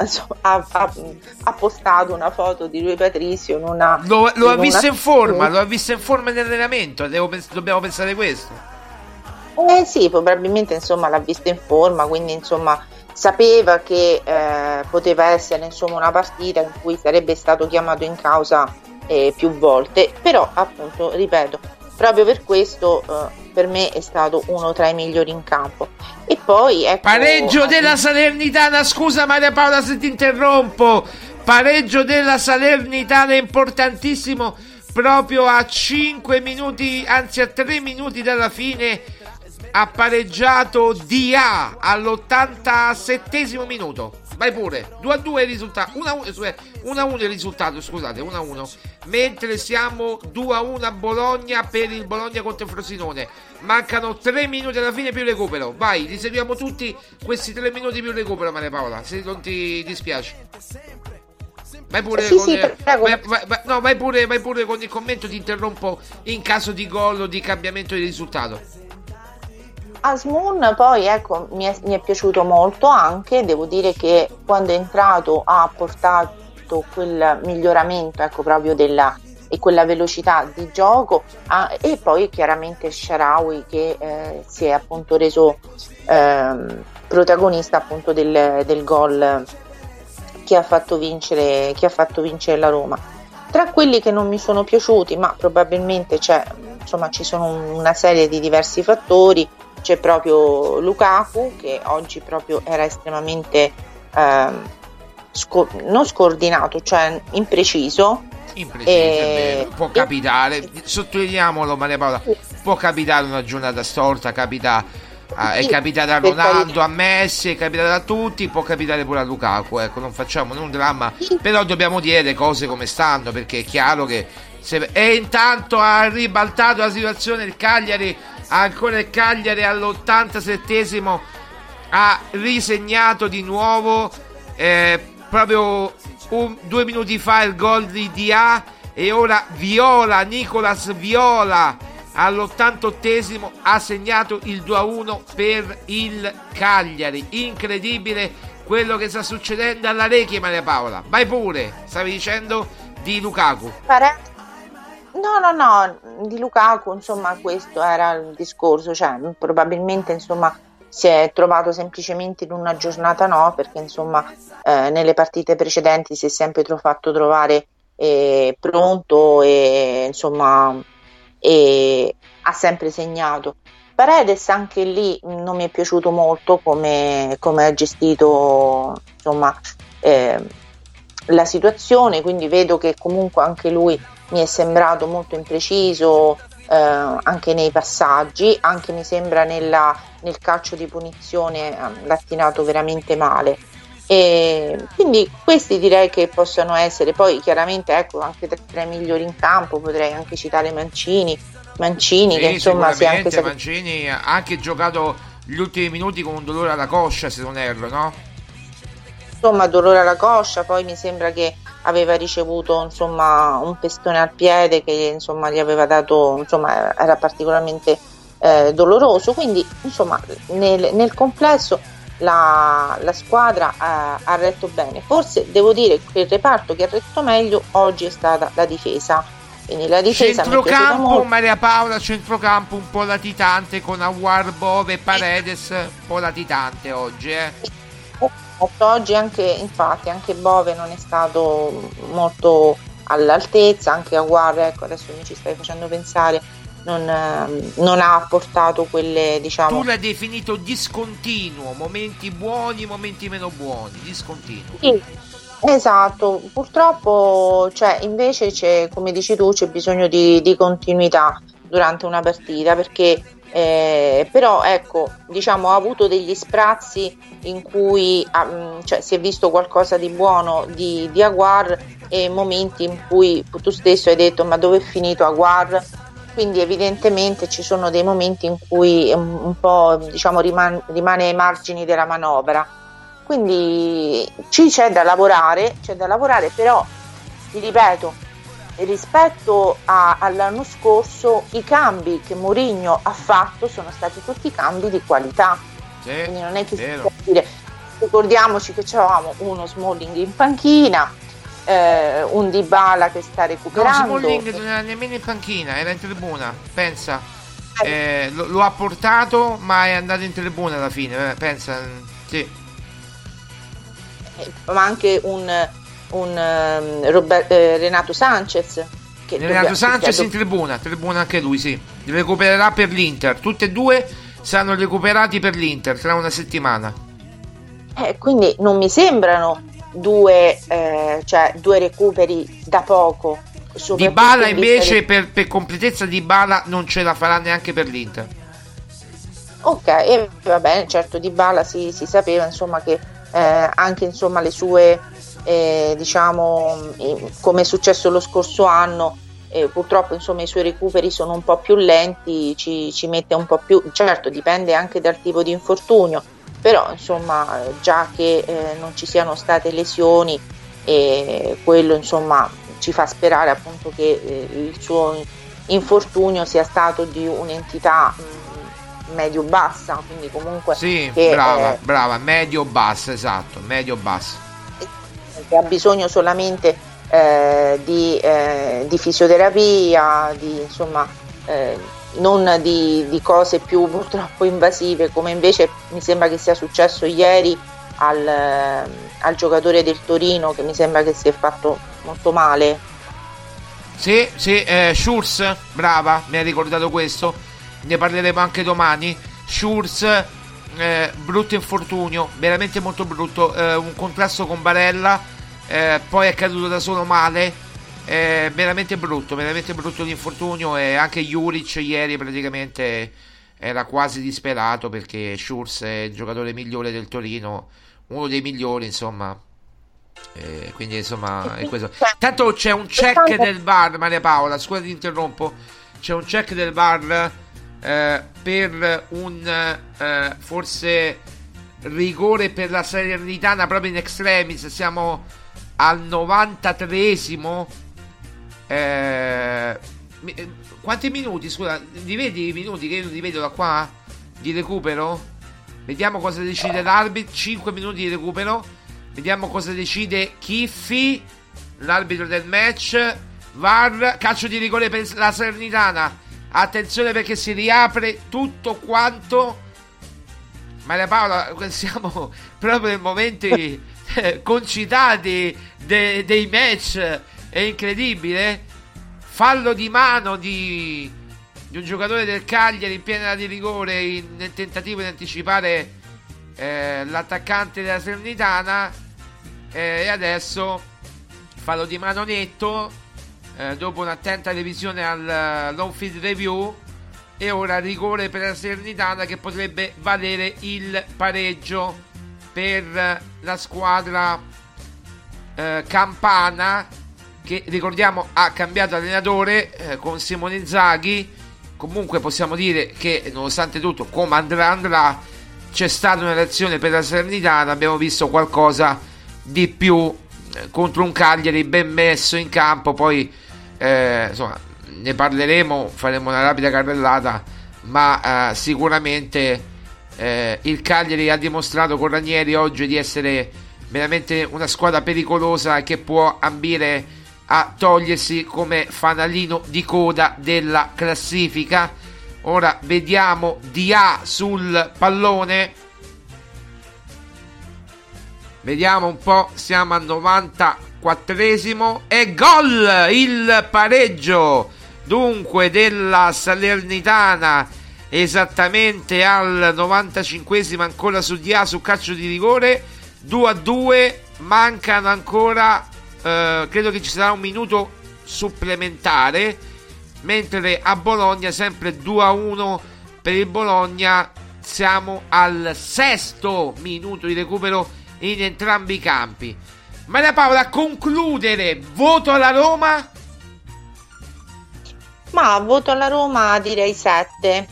ha postato una foto di Rui Patricio in una,
lo ha
in
visto
una...
in forma, lo ha visto in forma nell'allenamento, dobbiamo pensare questo.
Sì, probabilmente insomma l'ha visto in forma, quindi insomma sapeva che poteva essere insomma una partita in cui sarebbe stato chiamato in causa più volte, però appunto ripeto, proprio per questo per me è stato uno tra i migliori in campo. E poi ecco,
pareggio della Salernitana, scusa Maria Paola se ti interrompo, pareggio della Salernitana importantissimo, proprio a 5 minuti, anzi a 3 minuti dalla fine ha pareggiato DA all'87esimo minuto. Vai pure, 2-2 il risultato, 1-1 il risultato, scusate, 1-1. Mentre siamo 2-1 a Bologna per il Bologna contro il Frosinone. Mancano 3 minuti alla fine più recupero. Vai, li seguiamo tutti questi 3 minuti più recupero, Maria Paola, se non ti dispiace. Vai pure vai pure con il commento, ti interrompo in caso di gol o di cambiamento di risultato.
Asmun poi ecco mi è piaciuto molto, anche devo dire che quando è entrato ha portato quel miglioramento, ecco, proprio e quella velocità di gioco, e poi chiaramente Shaarawy che si è appunto reso protagonista appunto del gol che ha fatto vincere la Roma. Tra quelli che non mi sono piaciuti, ma probabilmente ci sono una serie di diversi fattori. C'è proprio Lukaku che oggi proprio era estremamente non scordinato, cioè impreciso.
È vero. Può capitare, sottolineiamolo Maria Paola, può capitare una giornata storta, è capitato a Ronaldo, a Messi, è capitato a tutti, può capitare pure a Lukaku, ecco, non facciamo un dramma, però dobbiamo dire le cose come stanno, perché è chiaro che e intanto ha ribaltato la situazione il Cagliari. Ancora il Cagliari all'87esimo ha risegnato di nuovo, proprio 2 minuti fa il gol di Dia, e ora Nicolas Viola all'88esimo ha segnato il 2-1 per il Cagliari. Incredibile quello che sta succedendo alla Rechi, Maria Paola. Vai pure, stavi dicendo di Lukaku.
No, di Lukaku, insomma, questo era il discorso, cioè probabilmente insomma si è trovato semplicemente in una giornata perché insomma nelle partite precedenti si è sempre fatto trovare pronto e insomma ha sempre segnato. Paredes anche lì non mi è piaciuto molto come ha gestito insomma la situazione, quindi vedo che comunque anche lui mi è sembrato molto impreciso anche nei passaggi, anche mi sembra nel calcio di punizione l'ha tirato veramente male, e quindi questi direi che possono essere. Poi chiaramente ecco anche tra i migliori in campo potrei anche citare Mancini sì, che insomma si è anche
Mancini ha anche giocato gli ultimi minuti con un dolore alla coscia, se non erro, no?
Insomma, dolore alla coscia, poi mi sembra che aveva ricevuto insomma un pestone al piede che insomma gli aveva dato, insomma era particolarmente doloroso, quindi insomma nel complesso la squadra ha retto bene. Forse devo dire che il reparto che ha retto meglio oggi è stata la difesa, quindi la difesa
centrocampo, Maria Paola, centrocampo un po' latitante con Aouar, Bove e Paredes, un po' latitante oggi
Oggi anche Bove non è stato molto all'altezza, anche Aouar, ecco, adesso mi ci stai facendo pensare, non ha apportato quelle, diciamo.
Tu l'hai definito discontinuo, momenti buoni, momenti meno buoni, discontinuo.
Sì, esatto, purtroppo invece c'è, come dici tu, c'è bisogno di continuità durante una partita, perché però ecco, diciamo, ha avuto degli sprazzi in cui si è visto qualcosa di buono di Aouar, e momenti in cui tu stesso hai detto ma dove è finito Aouar, quindi evidentemente ci sono dei momenti in cui un po', diciamo, rimane ai margini della manovra, quindi c'è da lavorare, però ti ripeto, rispetto all'anno scorso i cambi che Mourinho ha fatto sono stati tutti cambi di qualità, quindi non è che si può dire ricordiamoci che c'avevamo uno Smalling in panchina, un Dybala che sta recuperando.
No, Smalling non era nemmeno in panchina, era in tribuna, pensa. Lo ha portato, ma è andato in tribuna alla fine, pensa, sì.
Ma anche Renato Sanchez.
Renato Sanchez in tribuna anche lui, sì. Recupererà per l'Inter. Tutti e due saranno recuperati per l'Inter tra una settimana.
Quindi non mi sembrano due recuperi da poco.
Dybala invece per completezza Dybala non ce la farà neanche per l'Inter.
Ok, e va bene, certo Dybala si sapeva insomma che anche insomma le sue diciamo come è successo lo scorso anno, purtroppo insomma i suoi recuperi sono un po' più lenti, ci mette un po' più, certo dipende anche dal tipo di infortunio, però insomma già che non ci siano state lesioni, quello insomma ci fa sperare appunto che il suo infortunio sia stato di un'entità medio-bassa, quindi comunque
sì,
che,
brava, medio-bassa, esatto, medio-bassa,
che ha bisogno solamente di fisioterapia, di insomma non di cose più purtroppo invasive, come invece mi sembra che sia successo ieri al giocatore del Torino, che mi sembra che si è fatto molto male.
Sì, Schurz, brava, mi hai ricordato questo, ne parleremo anche domani. Schurz, brutto infortunio, veramente molto brutto, un contrasto con Barella, poi è caduto da solo male, veramente brutto l'infortunio, e anche Juric ieri praticamente era quasi disperato, perché Schurz è il giocatore migliore del Torino, uno dei migliori insomma. Quindi insomma è questo. Tanto c'è un check del VAR, Maria Paola, scusa ti interrompo, c'è un check del VAR per un forse rigore per la Salernitana proprio in extremis, siamo al 93esimo. Quanti minuti, scusa, li vedi i minuti che io non li vedo da qua di recupero? Vediamo cosa decide l'arbitro. 5 minuti di recupero. Vediamo cosa decide Chiffi, l'arbitro del match. VAR, calcio di rigore per la Salernitana. Attenzione perché si riapre tutto quanto. Maria Paola, siamo proprio in momenti concitati dei match. È incredibile. Fallo di mano di un giocatore del Cagliari in piena di rigore nel tentativo di anticipare l'attaccante della Salernitana, e adesso fallo di mano netto dopo un'attenta revisione al long field review, e ora rigore per la Salernitana che potrebbe valere il pareggio per la squadra campana, che ricordiamo ha cambiato allenatore con Simone Inzaghi. Comunque possiamo dire che nonostante tutto, come andrà, c'è stata una reazione per la Salernitana, abbiamo visto qualcosa di più contro un Cagliari ben messo in campo. Poi insomma ne parleremo, faremo una rapida carrellata, ma sicuramente il Cagliari ha dimostrato con Ranieri oggi di essere veramente una squadra pericolosa che può ambire a togliersi come fanalino di coda della classifica. Ora vediamo Dia sul pallone, vediamo un po', siamo al 94esimo e gol, il pareggio dunque della Salernitana esattamente al 95esimo, ancora su Dia su calcio di rigore. 2-2, mancano ancora credo che ci sarà un minuto supplementare, mentre a Bologna sempre 2-1 per il Bologna. Siamo al 6° minuto di recupero in entrambi i campi. Maria Paola, concludere, voto alla Roma?
Ma voto alla Roma direi 7,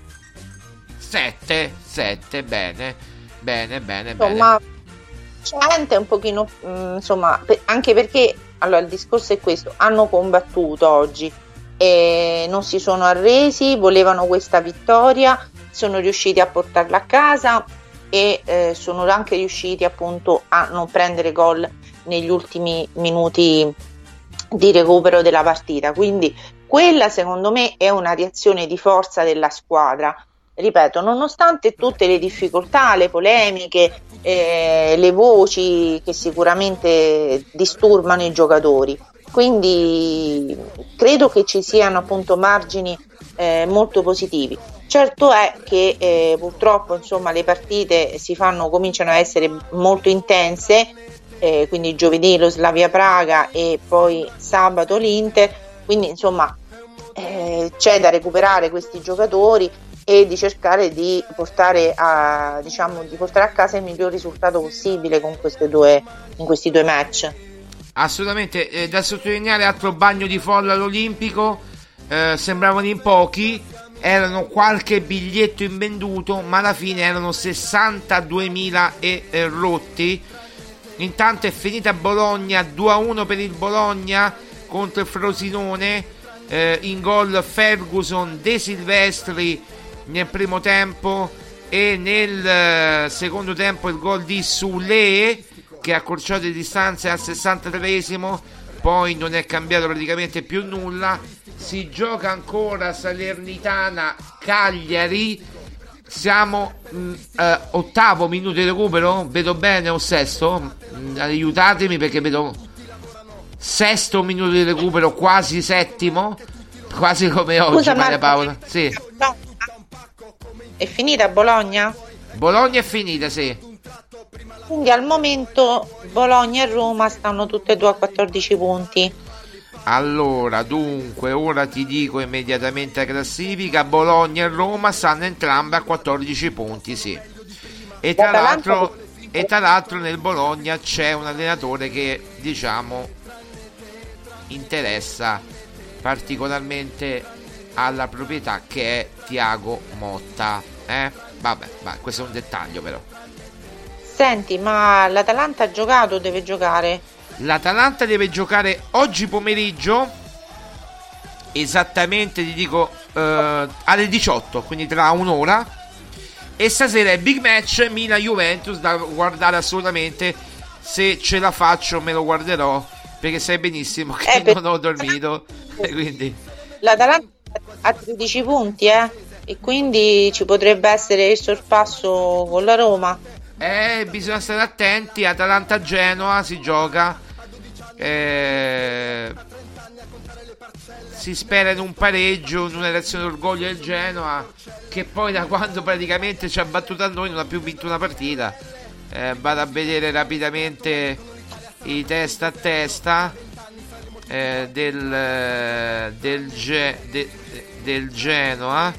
bene.
Insomma, è un pochino insomma, anche perché allora il discorso è questo: hanno combattuto oggi e non si sono arresi, volevano questa vittoria, sono riusciti a portarla a casa, e sono anche riusciti appunto a non prendere gol negli ultimi minuti di recupero della partita. Quindi quella secondo me è una reazione di forza della squadra, ripeto, nonostante tutte le difficoltà, le polemiche, le voci che sicuramente disturbano i giocatori. Quindi credo che ci siano appunto margini molto positivi. Certo è che purtroppo insomma le partite cominciano a essere molto intense, quindi giovedì lo Slavia Praga e poi sabato l'Inter, quindi insomma c'è da recuperare questi giocatori e di cercare di portare a casa il miglior risultato possibile in questi due match.
Assolutamente, da sottolineare altro bagno di folla all'Olimpico, sembravano in pochi, erano qualche biglietto invenduto, ma alla fine erano 62.000 e rotti. Intanto è finita Bologna, 2-1 per il Bologna contro il Frosinone, in gol Ferguson, De Silvestri nel primo tempo e nel secondo tempo il gol di Soulé che ha accorciato le distanze al 63esimo. Poi non è cambiato praticamente più nulla. Si gioca ancora Salernitana Cagliari, siamo ottavo minuto di recupero, vedo bene, o sesto? Aiutatemi perché vedo sesto minuto di recupero, quasi settimo, quasi come oggi.
Scusa,
Maria Paola, sì.
È finita Bologna?
Bologna è finita, sì.
Quindi al momento Bologna e Roma stanno tutte e due a 14 punti.
Allora, dunque, ora ti dico immediatamente la classifica. Bologna e Roma stanno entrambe a 14 punti, sì. E tra l'altro nel Bologna c'è un allenatore che, diciamo, interessa particolarmente alla proprietà, che è Thiago Motta. Vabbè, questo è un dettaglio però.
Senti, ma l'Atalanta ha giocato o deve giocare?
L'Atalanta deve giocare oggi pomeriggio, esattamente ti dico alle 18, quindi tra un'ora. E stasera è big match Milan-Juventus da guardare assolutamente. Se ce la faccio me lo guarderò, perché sai benissimo che non ho dormito. Quindi
l'Atalanta ha 13 punti e quindi ci potrebbe essere il sorpasso con la Roma.
Bisogna stare attenti. Atalanta-Genoa si gioca, si spera in un pareggio, in una reazione d'orgoglio del Genoa, che poi da quando praticamente ci ha battuto a noi non ha più vinto una partita. Vado a vedere rapidamente i testa a testa del Genoa.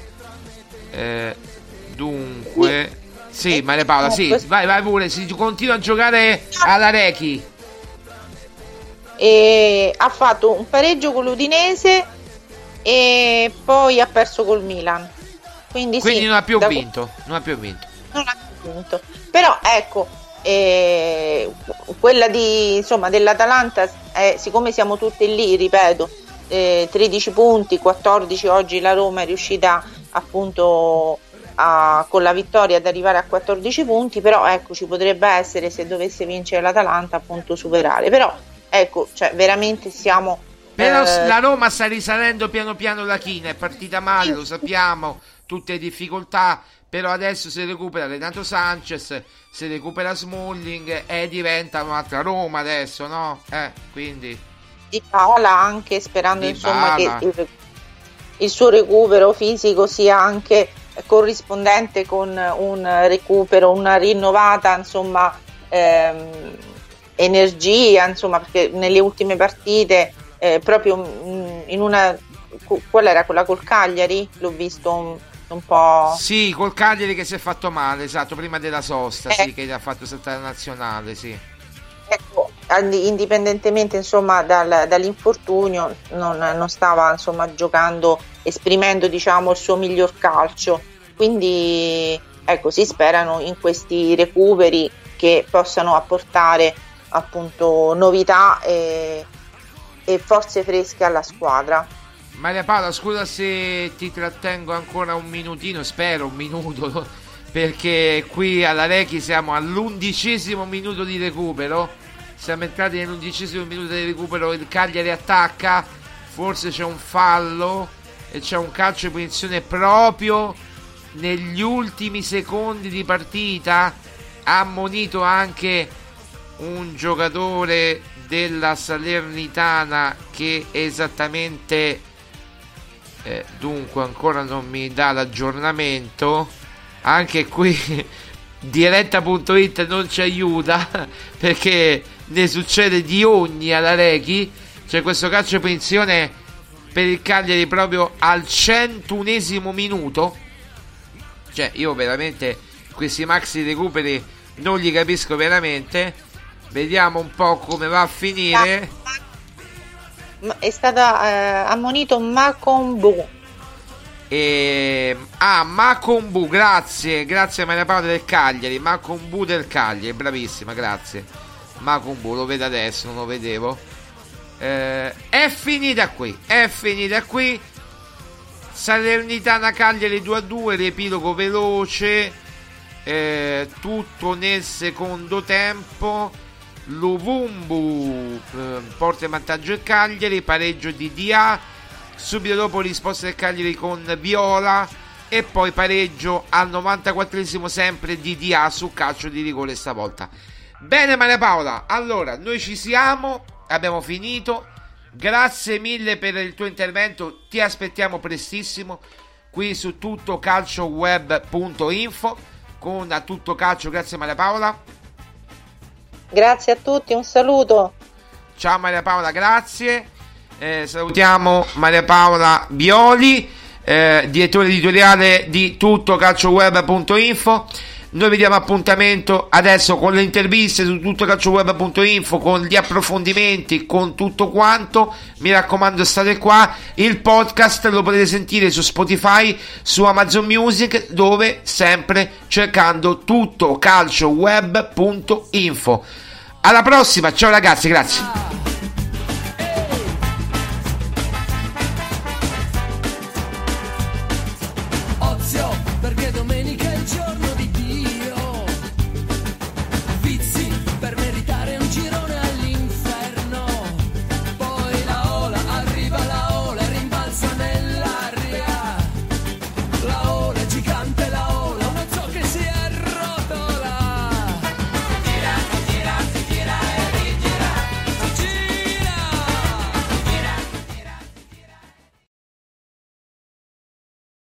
Dunque sì, Maria Paola, sì, vai pure, si continua a giocare alla Rechi.
E ha fatto un pareggio con l'Udinese e poi ha perso col Milan. Quindi sì,
non ha più vinto.
Però ecco, quella dell'Atalanta, siccome siamo tutti lì, ripeto, 13 punti, 14 oggi la Roma è riuscita appunto con la vittoria ad arrivare a 14 punti, però ecco, ci potrebbe essere, se dovesse vincere l'Atalanta, appunto superare. Però ecco, cioè veramente siamo...
Però la Roma sta risalendo piano piano la china, è partita male, lo sappiamo, tutte le difficoltà, però adesso si recupera Renato Sanchez, si recupera Smalling e diventa un'altra Roma adesso, no? Quindi
Dybala anche, sperando insomma che il suo recupero fisico sia anche corrispondente con un recupero, una rinnovata insomma energia, insomma, perché nelle ultime partite proprio in una, qual era quella col Cagliari? L'ho visto un po'. Sì,
col Cagliari che si è fatto male, esatto, prima della sosta, sì, che gli ha fatto saltare la nazionale, sì.
Ecco, indipendentemente insomma dall'infortunio non stava insomma giocando, esprimendo diciamo il suo miglior calcio, quindi ecco, si sperano in questi recuperi che possano apportare appunto novità e forze fresche alla squadra.
Maria Paola, scusa se ti trattengo ancora un minutino, spero un minuto, perché qui alla Rechi siamo all'11° minuto di recupero. Siamo entrati nell'11° minuto di recupero. Il Cagliari attacca, forse c'è un fallo e c'è un calcio di punizione proprio negli ultimi secondi di partita. Ha ammonito anche un giocatore della Salernitana che esattamente dunque ancora non mi dà l'aggiornamento. Anche qui diretta.it non ci aiuta, perché ne succede di ogni alla Rechi. C'è questo calcio di punizione per il Cagliari proprio al 101° minuto. Cioè io veramente questi maxi recuperi non li capisco veramente. Vediamo un po' come va a finire.
È stata ammonito Macombu.
Macombu, grazie Maria Paola del Cagliari. Macombu del Cagliari, bravissima, grazie. Macombu, lo vedo adesso, non lo vedevo. È finita qui. Salernitana Cagliari 2-2, riepilogo veloce, tutto nel secondo tempo. Luvumbu porta in vantaggio il Cagliari, pareggio di Dia, subito dopo risposta del Cagliari con Viola e poi pareggio al 94° sempre di Dia su calcio di rigore stavolta. Bene Maria Paola, allora noi ci siamo, abbiamo finito. Grazie mille per il tuo intervento, ti aspettiamo prestissimo qui su tuttocalcioweb.info con A Tutto Calcio. Grazie Maria Paola.
Grazie a tutti, un saluto.
Ciao Maria Paola, grazie. Salutiamo Maria Paola Bioli, direttore editoriale di tuttocalcioweb.info. Noi vi diamo appuntamento adesso con le interviste su tuttocalcioweb.info, con gli approfondimenti, con tutto quanto. Mi raccomando, state qua. Il podcast lo potete sentire su Spotify, su Amazon Music, dove sempre cercando tuttocalcioweb.info. Alla prossima, ciao ragazzi, grazie.